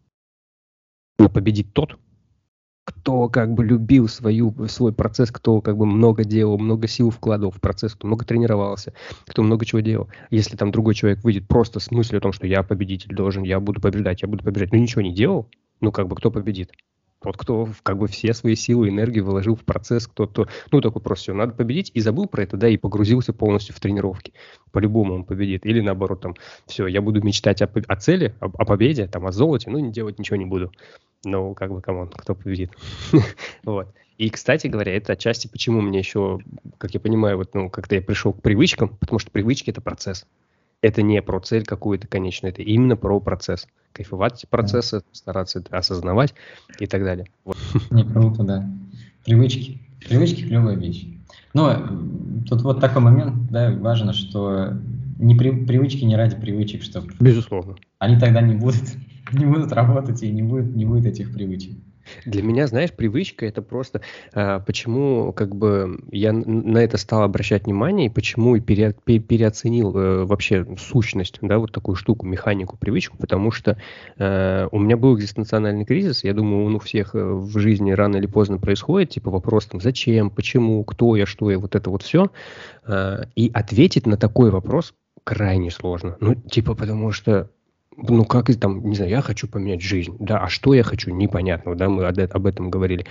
Speaker 2: Но победит тот, кто как бы любил свою, свой процесс, кто как бы много делал, много сил вкладывал в процесс, кто много тренировался, кто много чего делал. Если там другой человек выйдет просто с мыслью о том, что я победитель должен, я буду побеждать, я буду побеждать, но ничего не делал, ну как бы кто победит? Тот, кто как бы все свои силы и энергию вложил в процесс, кто-то, ну такой просто все, надо победить, и забыл про это, да, и погрузился полностью в тренировки. По-любому он победит. Или наоборот, там, все, я буду мечтать о, о цели, о, о победе, там, о золоте, ну не делать ничего не буду. Ну, как бы, камон, кто победит. Вот. И, кстати говоря, это отчасти почему мне еще, как я понимаю, вот, ну, как-то я пришел к привычкам, потому что привычки — это процесс. Это не про цель какую-то конечную, это именно про процесс. Кайфовать процесса, стараться это осознавать и так далее. Вот.
Speaker 1: Не, круто, да. Привычки. Привычки — клевая вещь. Но тут вот такой момент, да, важно, что не при, привычки не ради привычек, что
Speaker 2: Безусловно.
Speaker 1: они тогда не будут, не будут работать, и не будет, не будет этих привычек.
Speaker 2: Для меня, знаешь, привычка — это просто а, почему как бы я на это стал обращать внимание, и почему и пере, пере, переоценил э, вообще сущность, да, вот такую штуку, механику, привычку, потому что э, у меня был экзистенциональный кризис, я думаю, он у всех в жизни рано или поздно происходит, типа вопрос там, зачем, почему, кто я, что я, вот это вот все, э, и ответить на такой вопрос крайне сложно, ну, типа потому что ну, как и там, не знаю, я хочу поменять жизнь, да, а что я хочу, непонятно, да, мы об этом говорили.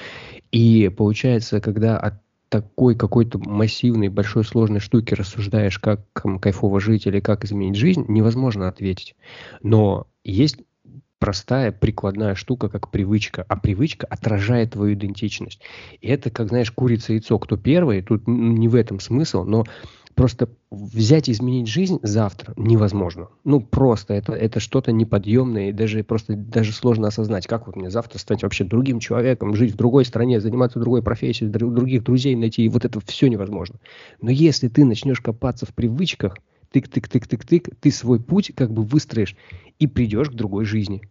Speaker 2: И получается, когда от такой какой-то массивной, большой, сложной штуки рассуждаешь, как кайфово жить или как изменить жизнь, невозможно ответить. Но есть простая прикладная штука, как привычка, а привычка отражает твою идентичность. И это, как, знаешь, курица и яйцо, кто первый, тут не в этом смысл, но просто взять и изменить жизнь завтра невозможно. Ну, просто это, это что-то неподъемное, и даже просто даже сложно осознать, как вот мне завтра стать вообще другим человеком, жить в другой стране, заниматься другой профессией, других друзей найти, и вот это все невозможно. Но если ты начнешь копаться в привычках, тык-тык-тык-тык-тык, ты свой путь как бы выстроишь и придешь к другой жизни.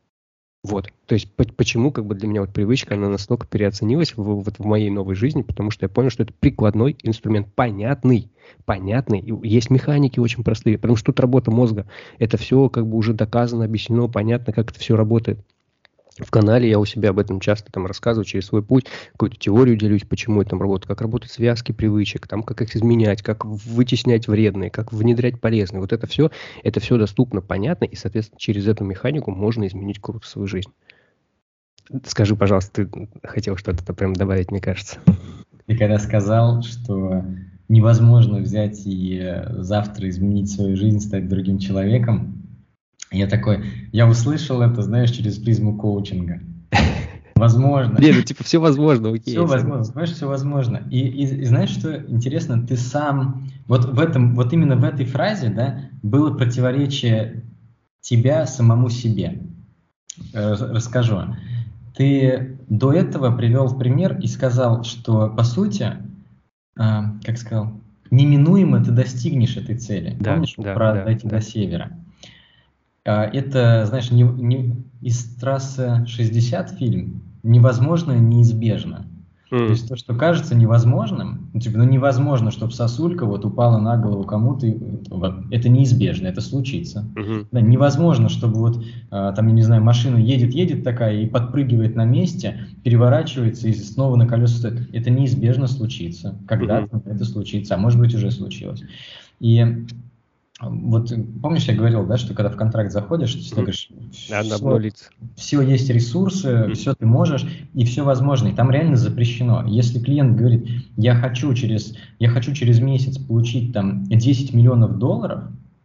Speaker 2: Вот, то есть по- почему как бы для меня вот привычка, она настолько переоценилась в, вот в моей новой жизни, потому что я понял, что это прикладной инструмент, понятный, понятный. И есть механики очень простые, потому что тут работа мозга, это все как бы уже доказано, объяснено, понятно, как это все работает. В канале я у себя об этом часто там рассказываю через свой путь, какую-то теорию делюсь, почему это там работает, как работают связки привычек, там, как их изменять, как вытеснять вредные, как внедрять полезные. Вот это все, это все доступно, понятно, и, соответственно, через эту механику можно изменить круто свою жизнь. Скажи, пожалуйста, ты хотел что-то прям добавить, мне кажется.
Speaker 1: Ты когда сказал, что невозможно взять и завтра изменить свою жизнь, стать другим человеком, я такой, я услышал это, знаешь, через призму коучинга. Возможно.
Speaker 2: Не, ну типа все возможно, окей.
Speaker 1: Все возможно, знаешь, все возможно. И, и, и знаешь, что интересно, ты сам, вот в этом, вот именно в этой фразе, да, было противоречие тебя самому себе. Расскажу. Ты до этого привел пример и сказал, что, по сути, как сказал, неминуемо ты достигнешь этой цели.
Speaker 2: Да,
Speaker 1: Помнишь,
Speaker 2: да,
Speaker 1: про
Speaker 2: да,
Speaker 1: дойти
Speaker 2: да.
Speaker 1: до севера? Это, знаешь, не, не, из трассы шестьдесят фильм «Невозможно неизбежно». Mm. То есть то, что кажется невозможным, ну, типа, ну невозможно, чтобы сосулька вот упала на голову кому-то, вот, это неизбежно, это случится. Mm-hmm. Да, невозможно, чтобы вот там, я не знаю, машина едет-едет такая и подпрыгивает на месте, переворачивается и снова на колеса стоит. Это неизбежно случится. Когда-то mm-hmm. это случится, а может быть уже случилось. И вот помнишь, я говорил, да, что когда в контракт заходишь, ты mm-hmm. говоришь, все, все есть ресурсы, mm-hmm. все ты можешь, и все возможно. И там реально запрещено. Если клиент говорит, я хочу через, я хочу через месяц получить там десять миллионов долларов,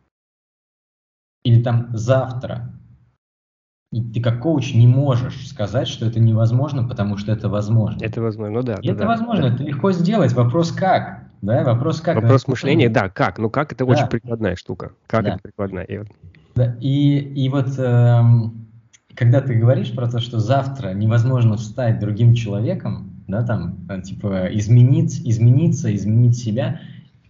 Speaker 1: или там завтра, и ты как коуч не можешь сказать, что это невозможно, потому что это возможно.
Speaker 2: Это возможно, ну да.
Speaker 1: И
Speaker 2: да
Speaker 1: это
Speaker 2: да,
Speaker 1: возможно,
Speaker 2: да.
Speaker 1: это легко сделать. Вопрос как? Да, вопрос как.
Speaker 2: Вопрос мышления, да, как. Ну как это
Speaker 1: да.
Speaker 2: очень прикладная штука. Как
Speaker 1: да.
Speaker 2: это прикладная. И,
Speaker 1: да. и, и вот эм, когда ты говоришь про то, что завтра невозможно стать другим человеком, да, там, типа, изменить, измениться, изменить себя,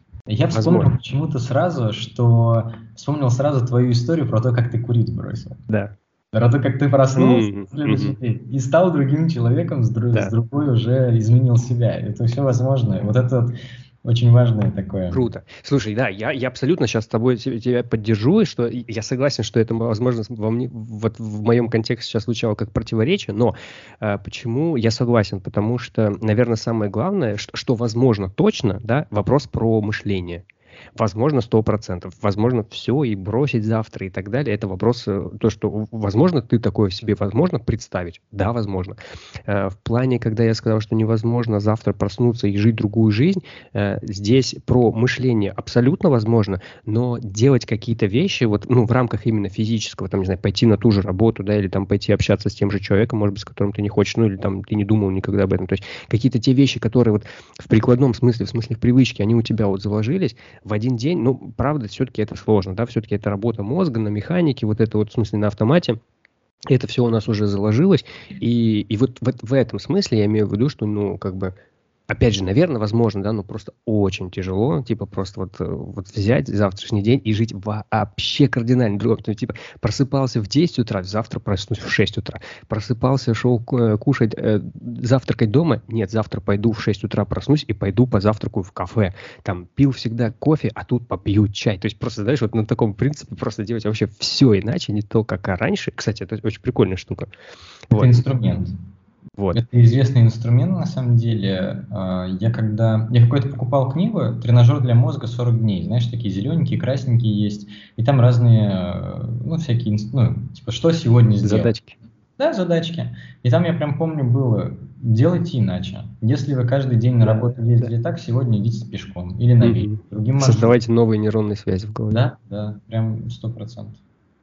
Speaker 1: я вспомнил Возможно. почему-то сразу, что вспомнил сразу твою историю про то, как ты курить бросил.
Speaker 2: Да.
Speaker 1: Про то, как ты проснулся mm-hmm. следующий день и стал другим человеком, с, друг, да. с другой уже изменил себя. Это все возможно. Вот это вот очень важное такое.
Speaker 2: Круто. Слушай, да, я, я абсолютно сейчас с тобой тебя поддержу, и что я согласен, что это, возможно, во мне, вот в моем контексте сейчас звучало как противоречие, но э, почему я согласен? Потому что, наверное, самое главное, что, что возможно точно, да, вопрос про мышление. Возможно, сто процентов. Возможно, все, и бросить завтра, и так далее. Это вопрос, то, что, возможно, ты такое себе возможно представить. Да, возможно. В плане, когда я сказал, что невозможно завтра проснуться и жить другую жизнь, здесь про мышление абсолютно возможно, но делать какие-то вещи, вот, ну, в рамках именно физического, там, не знаю, пойти на ту же работу, да, или там пойти общаться с тем же человеком, может быть, с которым ты не хочешь, ну, или там ты не думал никогда об этом. То есть какие-то те вещи, которые вот в прикладном смысле, в смысле привычки, они у тебя вот заложились, в один день, ну, правда, все-таки это сложно, да, все-таки это работа мозга на механике, вот это вот, в смысле, на автомате, это все у нас уже заложилось, и, и вот в, в этом смысле я имею в виду, что, ну, как бы, опять же, наверное, возможно, да, но просто очень тяжело, типа, просто вот, вот взять завтрашний день и жить вообще кардинально другом. То есть, типа, просыпался в десять утра, завтра проснусь в шесть утра. Просыпался, шел кушать, э, завтракать дома. Нет, завтра пойду в шесть утра проснусь и пойду позавтракаю в кафе. Там пил всегда кофе, а тут попью чай. То есть, просто, знаешь, вот на таком принципе просто делать вообще все иначе, не то, как раньше. Кстати, это очень прикольная штука.
Speaker 1: Это вот. Инструмент.
Speaker 2: Вот.
Speaker 1: Это известный инструмент, на самом деле. Я когда... Я какой-то покупал книгу «Тренажер для мозга сорок дней». Знаешь, такие зелененькие, красненькие есть. И там разные, ну, всякие, ну, типа, что сегодня сделать.
Speaker 2: Задачки.
Speaker 1: Да, задачки. И там, я прям помню, было, делайте иначе. Если вы каждый день на работу ездили да. так, сегодня идите пешком или на велике. Mm-hmm. Другим маршрутом.
Speaker 2: Создавайте новые нейронные связи в голове.
Speaker 1: Да, да, прям сто процентов.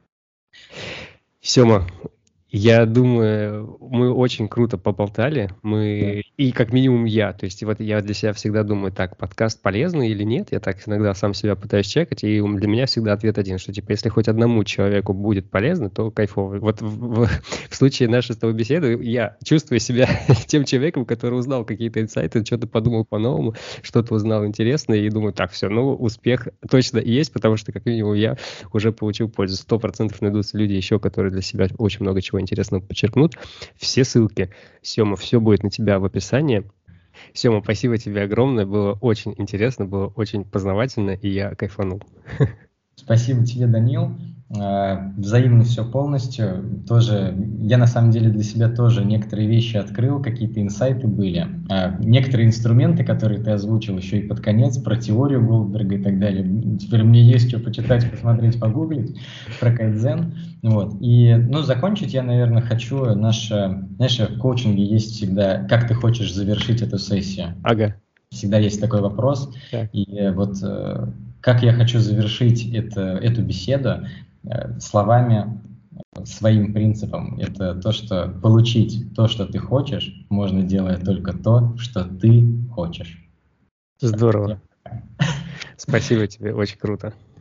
Speaker 2: Сема, я думаю, мы очень круто поболтали, мы, да. и как минимум я, то есть вот я для себя всегда думаю, так, подкаст полезный или нет, я так иногда сам себя пытаюсь чекать, и для меня всегда ответ один, что типа, если хоть одному человеку будет полезно, то кайфово. Вот в, в, в случае нашей с тобой беседы я чувствую себя тем человеком, который узнал какие-то инсайты, что-то подумал по-новому, что-то узнал интересное, и думаю, так, все, ну, успех точно есть, потому что как минимум я уже получил пользу. Сто процентов найдутся люди еще, которые для себя очень много чего интересного подчеркнут. Все ссылки, Сема, все будет на тебя в описании. Сема, спасибо тебе огромное, было очень интересно, было очень познавательно, и я кайфанул.
Speaker 1: Спасибо тебе, Данил. э, взаимно все полностью. Тоже, я на самом деле для себя тоже некоторые вещи открыл, какие-то инсайты были. Э, некоторые инструменты, которые ты озвучил еще и под конец, про теорию Голдберга и так далее. Теперь мне есть что почитать, посмотреть, погуглить про кайдзен. Вот. И, ну, закончить я, наверное, хочу. Наше, знаешь, в коучинге есть всегда, как ты хочешь завершить эту сессию.
Speaker 2: Ага.
Speaker 1: Всегда есть такой вопрос.
Speaker 2: Так.
Speaker 1: И вот э, как я хочу завершить это, эту беседу э, словами, своим принципом. Это то, что получить то, что ты хочешь, можно делать только то, что ты хочешь.
Speaker 2: Здорово. Спасибо тебе, очень круто.